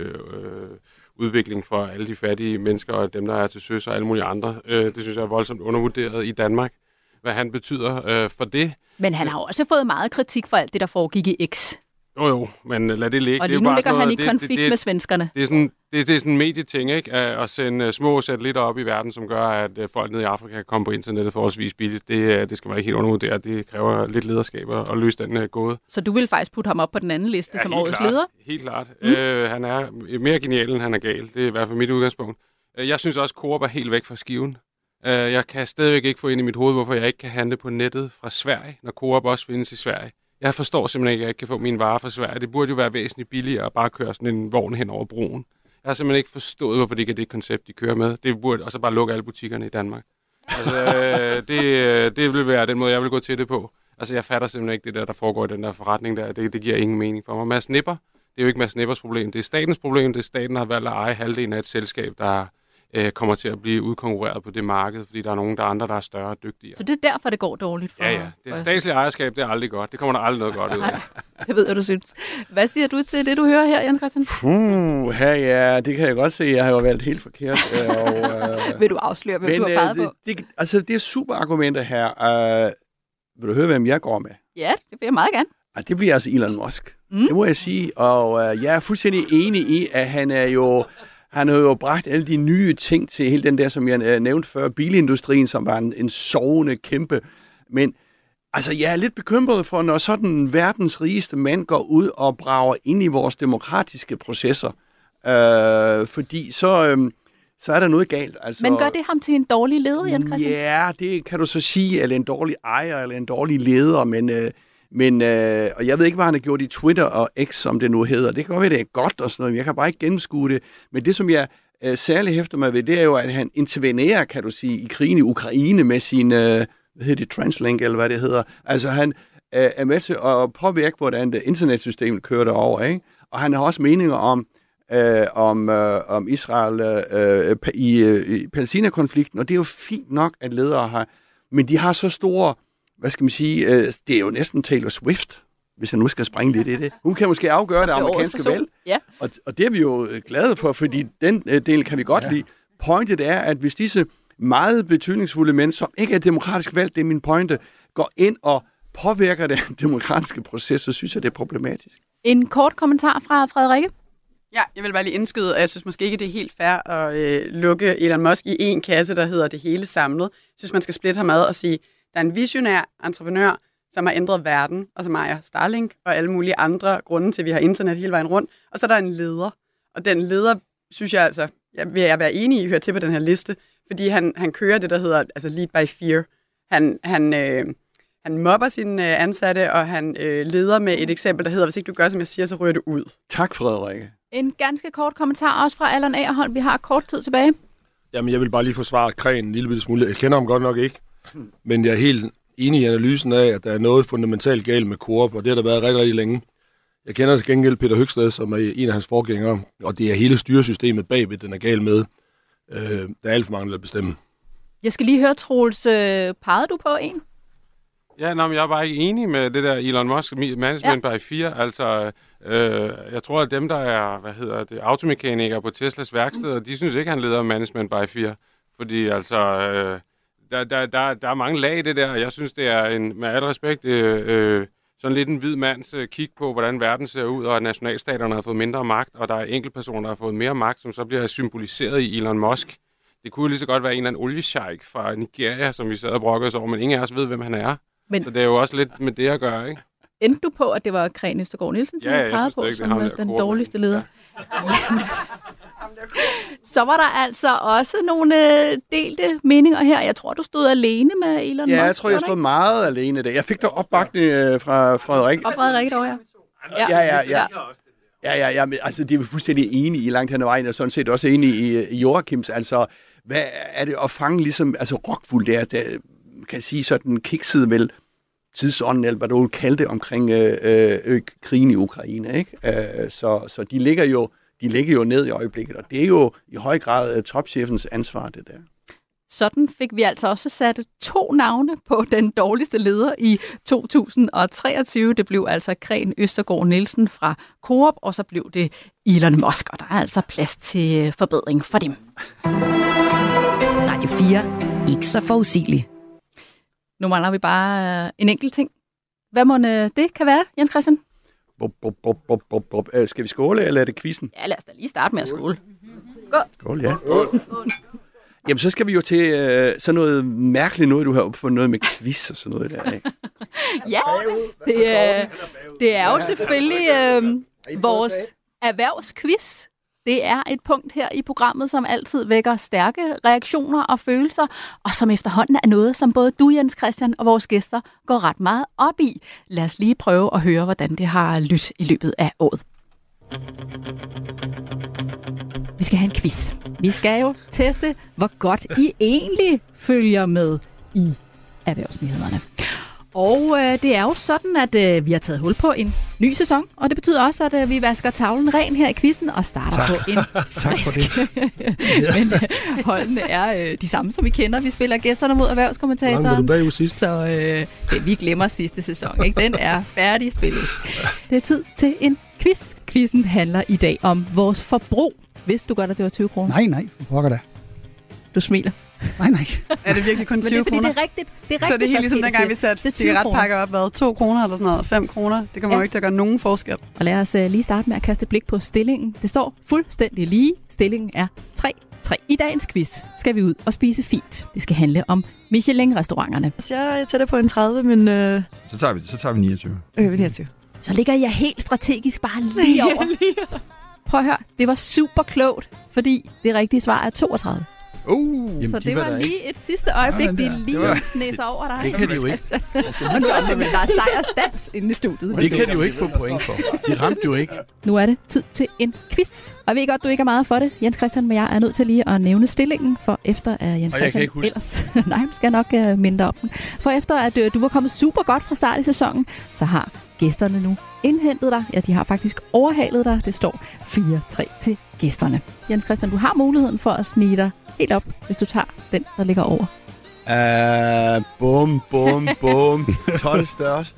udvikling for alle de fattige mennesker og dem, der er til søs og alle mulige andre. Det synes jeg er voldsomt undervurderet i Danmark, hvad han betyder for det. Men han har også fået meget kritik for alt det, der foregik i X. Jo, men lad det ligge. Og lige nu ligger han i konflikt med svenskerne. Det er sådan en medieting, ikke? At sende små satellitter op i verden, som gør, at folk nede i Afrika kan komme på internettet forholdsvis billigt. Det skal være helt undervurderet. Det kræver lidt lederskab at løse den gåde. Så du vil faktisk putte ham op på den anden liste som årets leder? Helt klart. Han er mere genial, end han er gal. Det er i hvert fald mit udgangspunkt. Jeg synes også, at Coop er helt væk fra skiven. Jeg kan stadigvæk ikke få ind i mit hoved, hvorfor jeg ikke kan handle på nettet fra Sverige, når Coop også findes i Sverige. Jeg forstår simpelthen ikke, at jeg ikke kan få mine varer fra Sverige. Det burde jo være væsentligt billigere at bare køre sådan en vogn hen over broen. Jeg har simpelthen ikke forstået, hvorfor det ikke er det koncept, de kører med. Det burde også bare lukke alle butikkerne i Danmark. Altså, det vil være den måde, jeg vil gå til det på. Altså, jeg fatter simpelthen ikke det der foregår i den der forretning der. Det giver ingen mening for mig. Mads Nipper, det er jo ikke Mads Nippers problem. Det er statens problem. Det er staten, der har valgt at eje halvdelen af et selskab, der kommer til at blive udkonkurreret på det marked, fordi der er nogen, der er andre, der er større og dygtigere. Så det er derfor, det går dårligt for... Ja. Det statslige ejerskab, det er aldrig godt. Det kommer der aldrig noget godt ud af. Det ved jeg, du synes. Hvad siger du til det, du hører her, Jens Christian? Ja, det kan jeg godt se. Jeg har jo valgt helt forkert. Vil du afsløre, hvem du har peget på? Det er super argumenter her. Vil du høre, hvem jeg går med? Ja, det vil jeg meget gerne. Det bliver altså Elon Musk. Det må jeg sige. Og jeg er fuldstændig enig i, at han har jo bragt alle de nye ting til hele den der, som jeg nævnte før, bilindustrien, som var en sovende kæmpe. Men altså, jeg er lidt bekymret for, når sådan verdens rigeste mand går ud og brager ind i vores demokratiske processer. Fordi så er der noget galt. Altså, men gør det ham til en dårlig leder, Jens Christian? Ja, det kan du så sige, eller en dårlig ejer, eller en dårlig leder, men og jeg ved ikke, hvad han har gjort i Twitter og X, som det nu hedder. Det kan godt være, det er godt og sådan noget, men jeg kan bare ikke gennemskue det. Men det, som jeg særligt hæfter mig ved, det er jo, at han intervenerer, kan du sige, i krigen i Ukraine med sin, hvad hedder det, Translink, eller hvad det hedder. Altså, han er med til at påvirke, hvordan det internetsystemet kører derover, ikke? Og han har også meninger om Israel i Palæstina-konflikten, og det er jo fint nok, at ledere har, men de har så store, hvad skal man sige, det er jo næsten Taylor Swift. hvis jeg nu skal springe lidt i det. Hun kan måske afgøre det amerikanske valg. Ja. Og det er vi jo glade for, fordi den del kan vi godt lide. Pointet er, at hvis disse meget betydningsfulde mænd, som ikke er demokratisk valgt, det er min pointe, går ind og påvirker den demokratiske proces, så synes jeg, det er problematisk. En kort kommentar fra Frederikke. Ja, jeg vil bare lige indskyde, at jeg synes måske ikke, det er helt fair at lukke Elon Musk i en kasse, der hedder det hele samlet. Jeg synes, man skal splitte ham ad og sige, der er en visionær entreprenør, som har ændret verden, og som ejer Starlink og alle mulige andre grunde til, at vi har internet hele vejen rundt. Og så er der en leder. Og den leder, synes jeg altså, vil jeg være enig i, hører til på den her liste, fordi han kører det, der hedder altså lead by fear. Han mobber sine ansatte, og han leder med et eksempel, der hedder, hvis ikke du gør, som jeg siger, så ryger du ud. Tak, Frederikke. En ganske kort kommentar også fra Allan Agerholm. Vi har kort tid tilbage. Jamen, jeg vil bare lige forsvare Kren en lille smule. Jeg kender ham godt nok ikke, men jeg er helt enig i analysen af, at der er noget fundamentalt galt med Coop, og det har der været rigtig, rigtig længe. Jeg kender til gengæld Peter Høgsted, som er en af hans forgængere, og det er hele styresystemet bagved, den er gal med. Der er alt for mange, der bestemmer. Jeg skal lige høre, Troels, pegede du på en? Ja, men jeg er bare ikke enig med det der Elon Musk management by 4. Altså, jeg tror, at dem, der er, automekanikere på Teslas værksteder, de synes ikke, han leder management by 4. Fordi altså, der er mange lag i det der. Jeg synes, det er med al respekt sådan lidt en hvid mands kig på, hvordan verden ser ud, og at nationalstaterne har fået mindre magt, og der er enkeltpersoner, der har fået mere magt, som så bliver symboliseret i Elon Musk. Det kunne jo lige så godt være en eller anden oliesheik fra Nigeria, som vi sad og brokkede os over, men ingen af os ved, hvem han er. Men så det er jo også lidt med det at gøre, ikke? Endte du på, at det var Kren Østergaard Nielsen, du pegede på, som den dårligste leder? Ja. Så var der altså også nogle delte meninger her. Jeg tror, du stod alene med Elon Musk. Ja, jeg tror, jeg stod meget alene der. Jeg fik der opbakning fra Frederik. Og Frederik dog, ja. Ja, altså det er vi fuldstændig enige i langt hen ad vejen, og sådan set også enige i Joachims. Altså, hvad er det at fange ligesom, altså rockfuld der kan sige sådan kiksede vel tidsånden, eller hvad du vil kalde det, omkring krigen i Ukraine, ikke? Så de ligger jo ned i øjeblikket, og det er jo i høj grad topchefens ansvar, det der. Sådan fik vi altså også sat 2 navne på den dårligste leder i 2023. Det blev altså Kren Østergaard Nielsen fra Coop, og så blev det Elon Musk, og der er altså plads til forbedring for dem. Radio 4. Ikke så forudsigeligt. Nu mangler vi bare en enkelt ting. Hvad må det kan være, Jens Christian? Skal vi skåle, eller er det quizzen? Ja, lad os da lige starte med at skåle. Gå. Skål, ja. Jamen, så skal vi jo til sådan noget mærkeligt noget, du har opfundet, noget med quiz og sådan noget der, ikke? Ja, det er jo selvfølgelig vores erhvervsquiz. Det er et punkt her i programmet, som altid vækker stærke reaktioner og følelser, og som efterhånden er noget, som både du, Jens Christian, og vores gæster går ret meget op i. Lad os lige prøve at høre, hvordan det har lyttet i løbet af året. Vi skal have en quiz. Vi skal jo teste, hvor godt I egentlig følger med i erhvervsnyhederne. Og det er jo sådan, at vi har taget hul på en ny sæson, og det betyder også, at vi vasker tavlen ren her i quizzen og starter på en Tak for det. Men holdene er de samme, som vi kender. Vi spiller gæsterne mod erhvervskommentatoren, så vi glemmer sidste sæson. Ikke? Den er færdig spillet. Det er tid til en quiz. Quizzen handler i dag om vores forbrug. Vidste du godt, at det var 20 kroner? Nej, for pokker da. Du smiler. Nej. Er det virkelig kun 20 kroner? Det er rigtigt. Så er det helt ligesom dengang, vi satte cigaretpakker op, 2 kroner eller sådan noget, 5 kroner. Det kommer jo ikke til at gøre nogen forskel. Og lad os lige starte med at kaste et blik på stillingen. Det står fuldstændig lige. Stillingen er 3-3. I dagens quiz skal vi ud og spise fint. Det skal handle om Michelin-restauranterne. Jeg tager det på en 30, men... Så tager vi 29. 29. Så ligger jeg helt strategisk bare lige over. Prøv at høre, det var super klogt, fordi det rigtige svar er 32. Så det var lige et sidste øjeblik, de lige snæser over dig. Det kan de jo ikke. Der er simpelthen sejrsdans inde i studiet. Det kan de jo ikke få point for. De ramte jo ikke. Nu er det tid til en quiz. Og jeg ved godt, du ikke er meget for det, Jens Christian, men jeg er nødt til lige at nævne stillingen, for efter at Jens Christian ellers... Nej, skal jeg nok minde om den. For efter at du var kommet super godt fra start i sæsonen, så har gæsterne nu indhentet dig. Ja, de har faktisk overhalet dig. Det står 4-3 til gæsterne. Jens Christian, du har muligheden for at snige dig helt op, hvis du tager den, der ligger over. Bum. 12 største.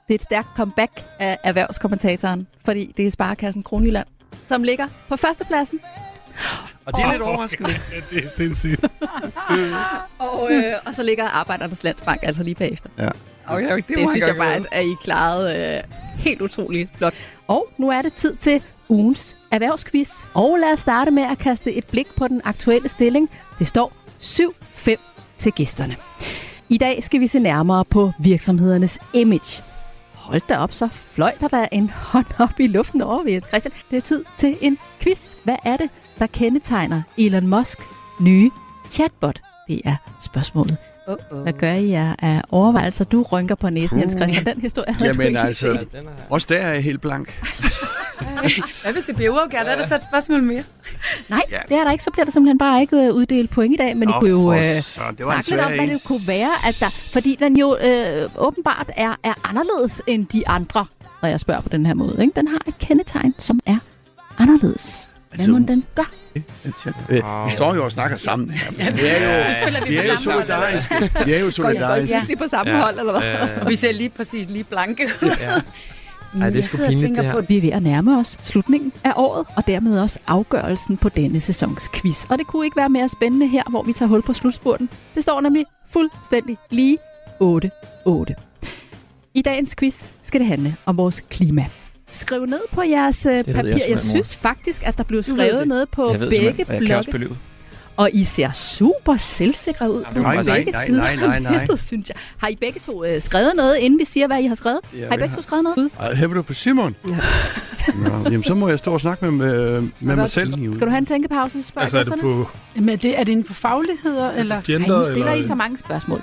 Det er et stærkt comeback af erhvervskommentatoren, fordi det er Sparekassen Kronjylland, som ligger på førstepladsen. Og det er lidt overraskende. Det er sindssygt. Og så ligger Arbejdernes Landsbank altså lige bagefter. Ja. Okay, det synes jeg faktisk, at I klarede helt utroligt flot. Og nu er det tid til ugens erhvervsquiz. Og lad os starte med at kaste et blik på den aktuelle stilling. Det står 7-5 til gæsterne. I dag skal vi se nærmere på virksomhedernes image. Hold da op, så fløj der en hånd op i luften over ved Christian. Det er tid til en quiz. Hvad er det, der kendetegner Elon Musk nye chatbot? Det er spørgsmålet. Hvad gør I af overvejelser? Du rynker på næsen, Jens Christian. Den historie havde du ikke set. Også der er jeg helt blank. Hvad hvis det bliver uafgjort? Er der så et spørgsmål mere? Nej, det er der ikke. Så bliver der simpelthen bare ikke uddelt point i dag. Men I kunne jo snakke lidt om, hvad det kunne være. At der, fordi den jo åbenbart er anderledes end de andre, når jeg spørger på den her måde. Ikke? Den har et kendetegn, som er anderledes. Hvad må den gør? Vi står jo og snakker sammen her. Vi er jo solidariske. Vi er jo solidariske. Går I på samme hold, eller hvad? Og vi ser lige blanke. Ej, det er sgu pinligt, det her. Vi er ved at nærme os slutningen af året, og dermed også afgørelsen på denne sæsons quiz. Og det kunne ikke være mere spændende her, hvor vi tager hul på slutspurten. Det står nemlig fuldstændig lige 8-8. I dagens quiz skal det handle om vores klima. Skriv ned på jeres papir. Jeg synes faktisk, at der blev skrevet noget på begge blokke. Og I ser super selvsikre ud på begge sider. Nej. Synes jeg. Har I begge to skrevet noget, inden vi siger, hvad I har skrevet? Ja, har I begge to skrevet noget? Hæber du på Simon? Ja. Nå, jamen, så må jeg stå og snakke med mig selv. Skal du have en tænkepause? Altså, er det på... Men er det inden for fagligheder, eller? Gender, nu stiller I så mange spørgsmål.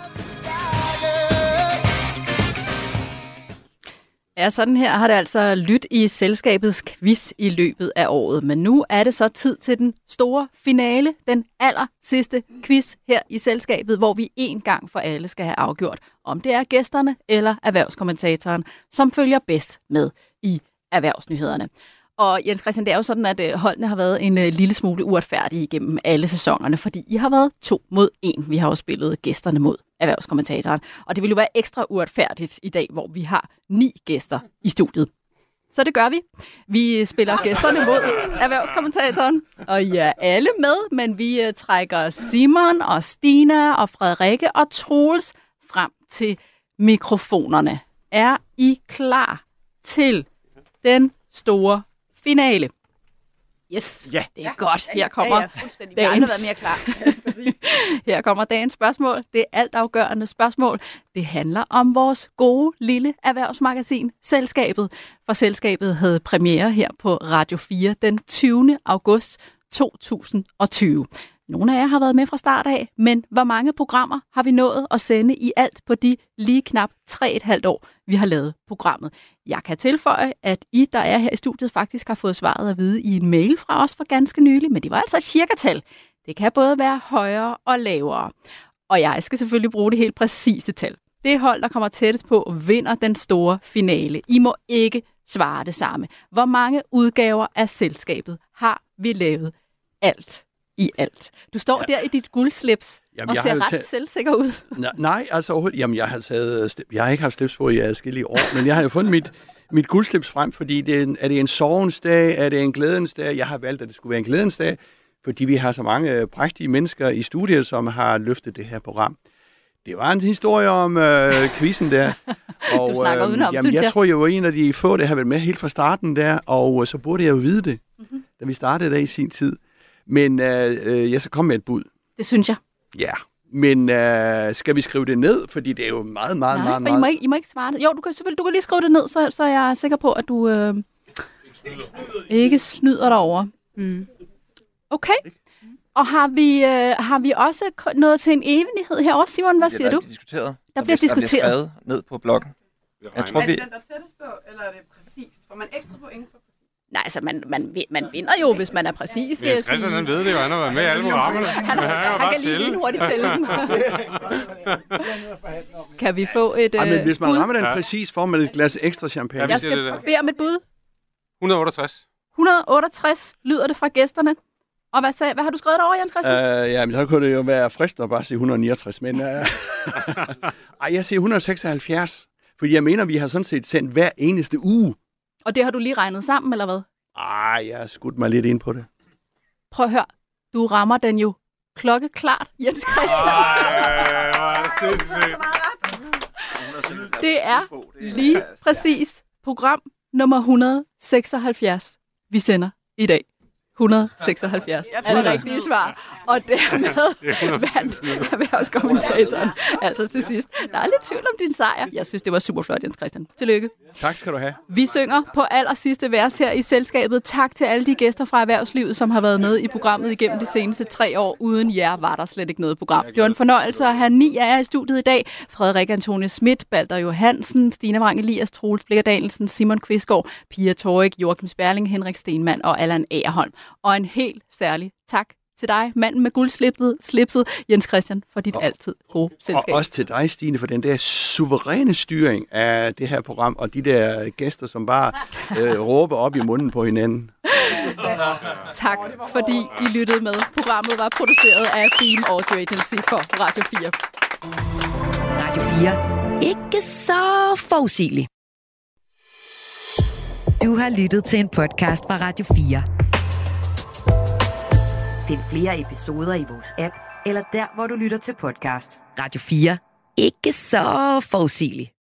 Ja, sådan her har det altså lyttet i selskabets quiz i løbet af året. Men nu er det så tid til den store finale, den aller sidste quiz her i selskabet, hvor vi en gang for alle skal have afgjort, om det er gæsterne eller erhvervskommentatoren, som følger bedst med i erhvervsnyhederne. Og Jens Christian, det er jo sådan, at holdene har været en lille smule uretfærdige igennem alle sæsonerne, fordi I har været 2 mod 1. Vi har jo spillet gæsterne mod erhvervskommentatoren. Og det vil jo være ekstra uretfærdigt i dag, hvor vi har 9 gæster i studiet. Så det gør vi. Vi spiller gæsterne mod erhvervskommentatoren, og I er alle med, men vi trækker Simon og Stina og Frederikke og Troels frem til mikrofonerne. Er I klar til den store finale? Yes, ja. Det er godt. Her kommer fuldstændig. Vi har aldrig været mere klar. Her kommer dagens spørgsmål. Det er altafgørende spørgsmål. Det handler om vores gode lille erhvervsmagasin, Selskabet. For Selskabet havde premiere her på Radio 4 den 20. august 2020. Nogle af jer har været med fra start af, men hvor mange programmer har vi nået at sende i alt på de lige knap 3,5 år, vi har lavet programmet? Jeg kan tilføje, at I, der er her i studiet, faktisk har fået svaret at vide i en mail fra os for ganske nylig, men det var altså et cirkatal. Det kan både være højere og lavere. Og jeg skal selvfølgelig bruge det helt præcise tal. Det hold, der kommer tættest på, vinder den store finale. I må ikke svare det samme. Hvor mange udgaver af Selskabet har vi lavet? Alt i alt. Du står der i dit guldslips og ser ret selvsikker ud. Nej, altså overhovedet. Jamen, jeg har ikke haft slips på i adskillige år, men jeg har jo fundet mit guldslips frem, fordi er det en sorgens dag, er det en glædens dag? Jeg har valgt, at det skulle være en glædens dag, fordi vi har så mange prægtige mennesker i studiet, som har løftet det her program. Det var en historie om quizzen der. Og, du snakker udenom, synes jeg. Jeg tror, jeg var en af de få, der har været med helt fra starten der, og så burde jeg jo vide det, da vi startede der i sin tid. Men jeg skal komme med et bud. Det synes jeg. Ja, men skal vi skrive det ned? Fordi det er jo meget. I må ikke svare det. Jo, du kan lige skrive det ned, så jeg er sikker på, at du ikke snyder derovre. Okay. Og har vi også nået til en enighed herovre, Simon? Hvad siger du? Der bliver diskuteret. Skrevet ned på bloggen. Jeg tror, er det den, der sættes på, eller er det præcist? Får man ekstra point for? Nej, altså man vinder jo, hvis man er præcis, vil jeg sige. Han ved det jo, han har været med i alle programmerne. Han kan lige hurtigt tælle dem. Kan vi få et men hvis man bud? rammer den præcis, får man et glas ekstra champagne. Jeg skal bede om et bud. 168. 168 lyder det fra gæsterne. Og hvad har du skrevet derovre, Jens Christian? Jamen, så kunne det jo være fristende at bare sige 169, men jeg siger 176. For jeg mener, vi har sådan set sendt hver eneste uge. Og det har du lige regnet sammen, eller hvad? Jeg har skudt mig lidt ind på det. Prøv at høre. Du rammer den jo klokkeklart, Jens Christian. Det er lige præcis program nummer 176, vi sender i dag. 176 er det rigtige svar. Og dermed vandt erhvervskommentatoren altså til sidst. Der er lidt tvivl om din sejr. Jeg synes, det var super flot, Jens Christian. Tillykke. Tak skal du have. Vi synger på allersidste vers her i selskabet. Tak til alle de gæster fra erhvervslivet, som har været med i programmet igennem de seneste 3 år. Uden jer var der slet ikke noget program. Det var en fornøjelse at have 9 af jer i studiet i dag. Frederik Antone Schmidt, Balder Johansen, Stine Wrang Elias, Troels Blikker Danielsen, Simon Kvistgaard, Pia Torik, Joachim Sperling, Henrik Stenmann og Allan Agerholm. Og en helt særlig tak til dig, manden med guldslipset, Jens Christian, for dit altid gode selskab. Og også til dig, Stine, for den der suveræne styring af det her program, og de der gæster, som bare råber op i munden på hinanden. Tak, fordi I lyttede med. Programmet var produceret af Film Audio Agency for Radio 4. Radio 4. Ikke så forudsigeligt. Du har lyttet til en podcast fra Radio 4. Find flere episoder i vores app, eller der, hvor du lytter til podcast. Radio 4. Ikke så forudsigeligt.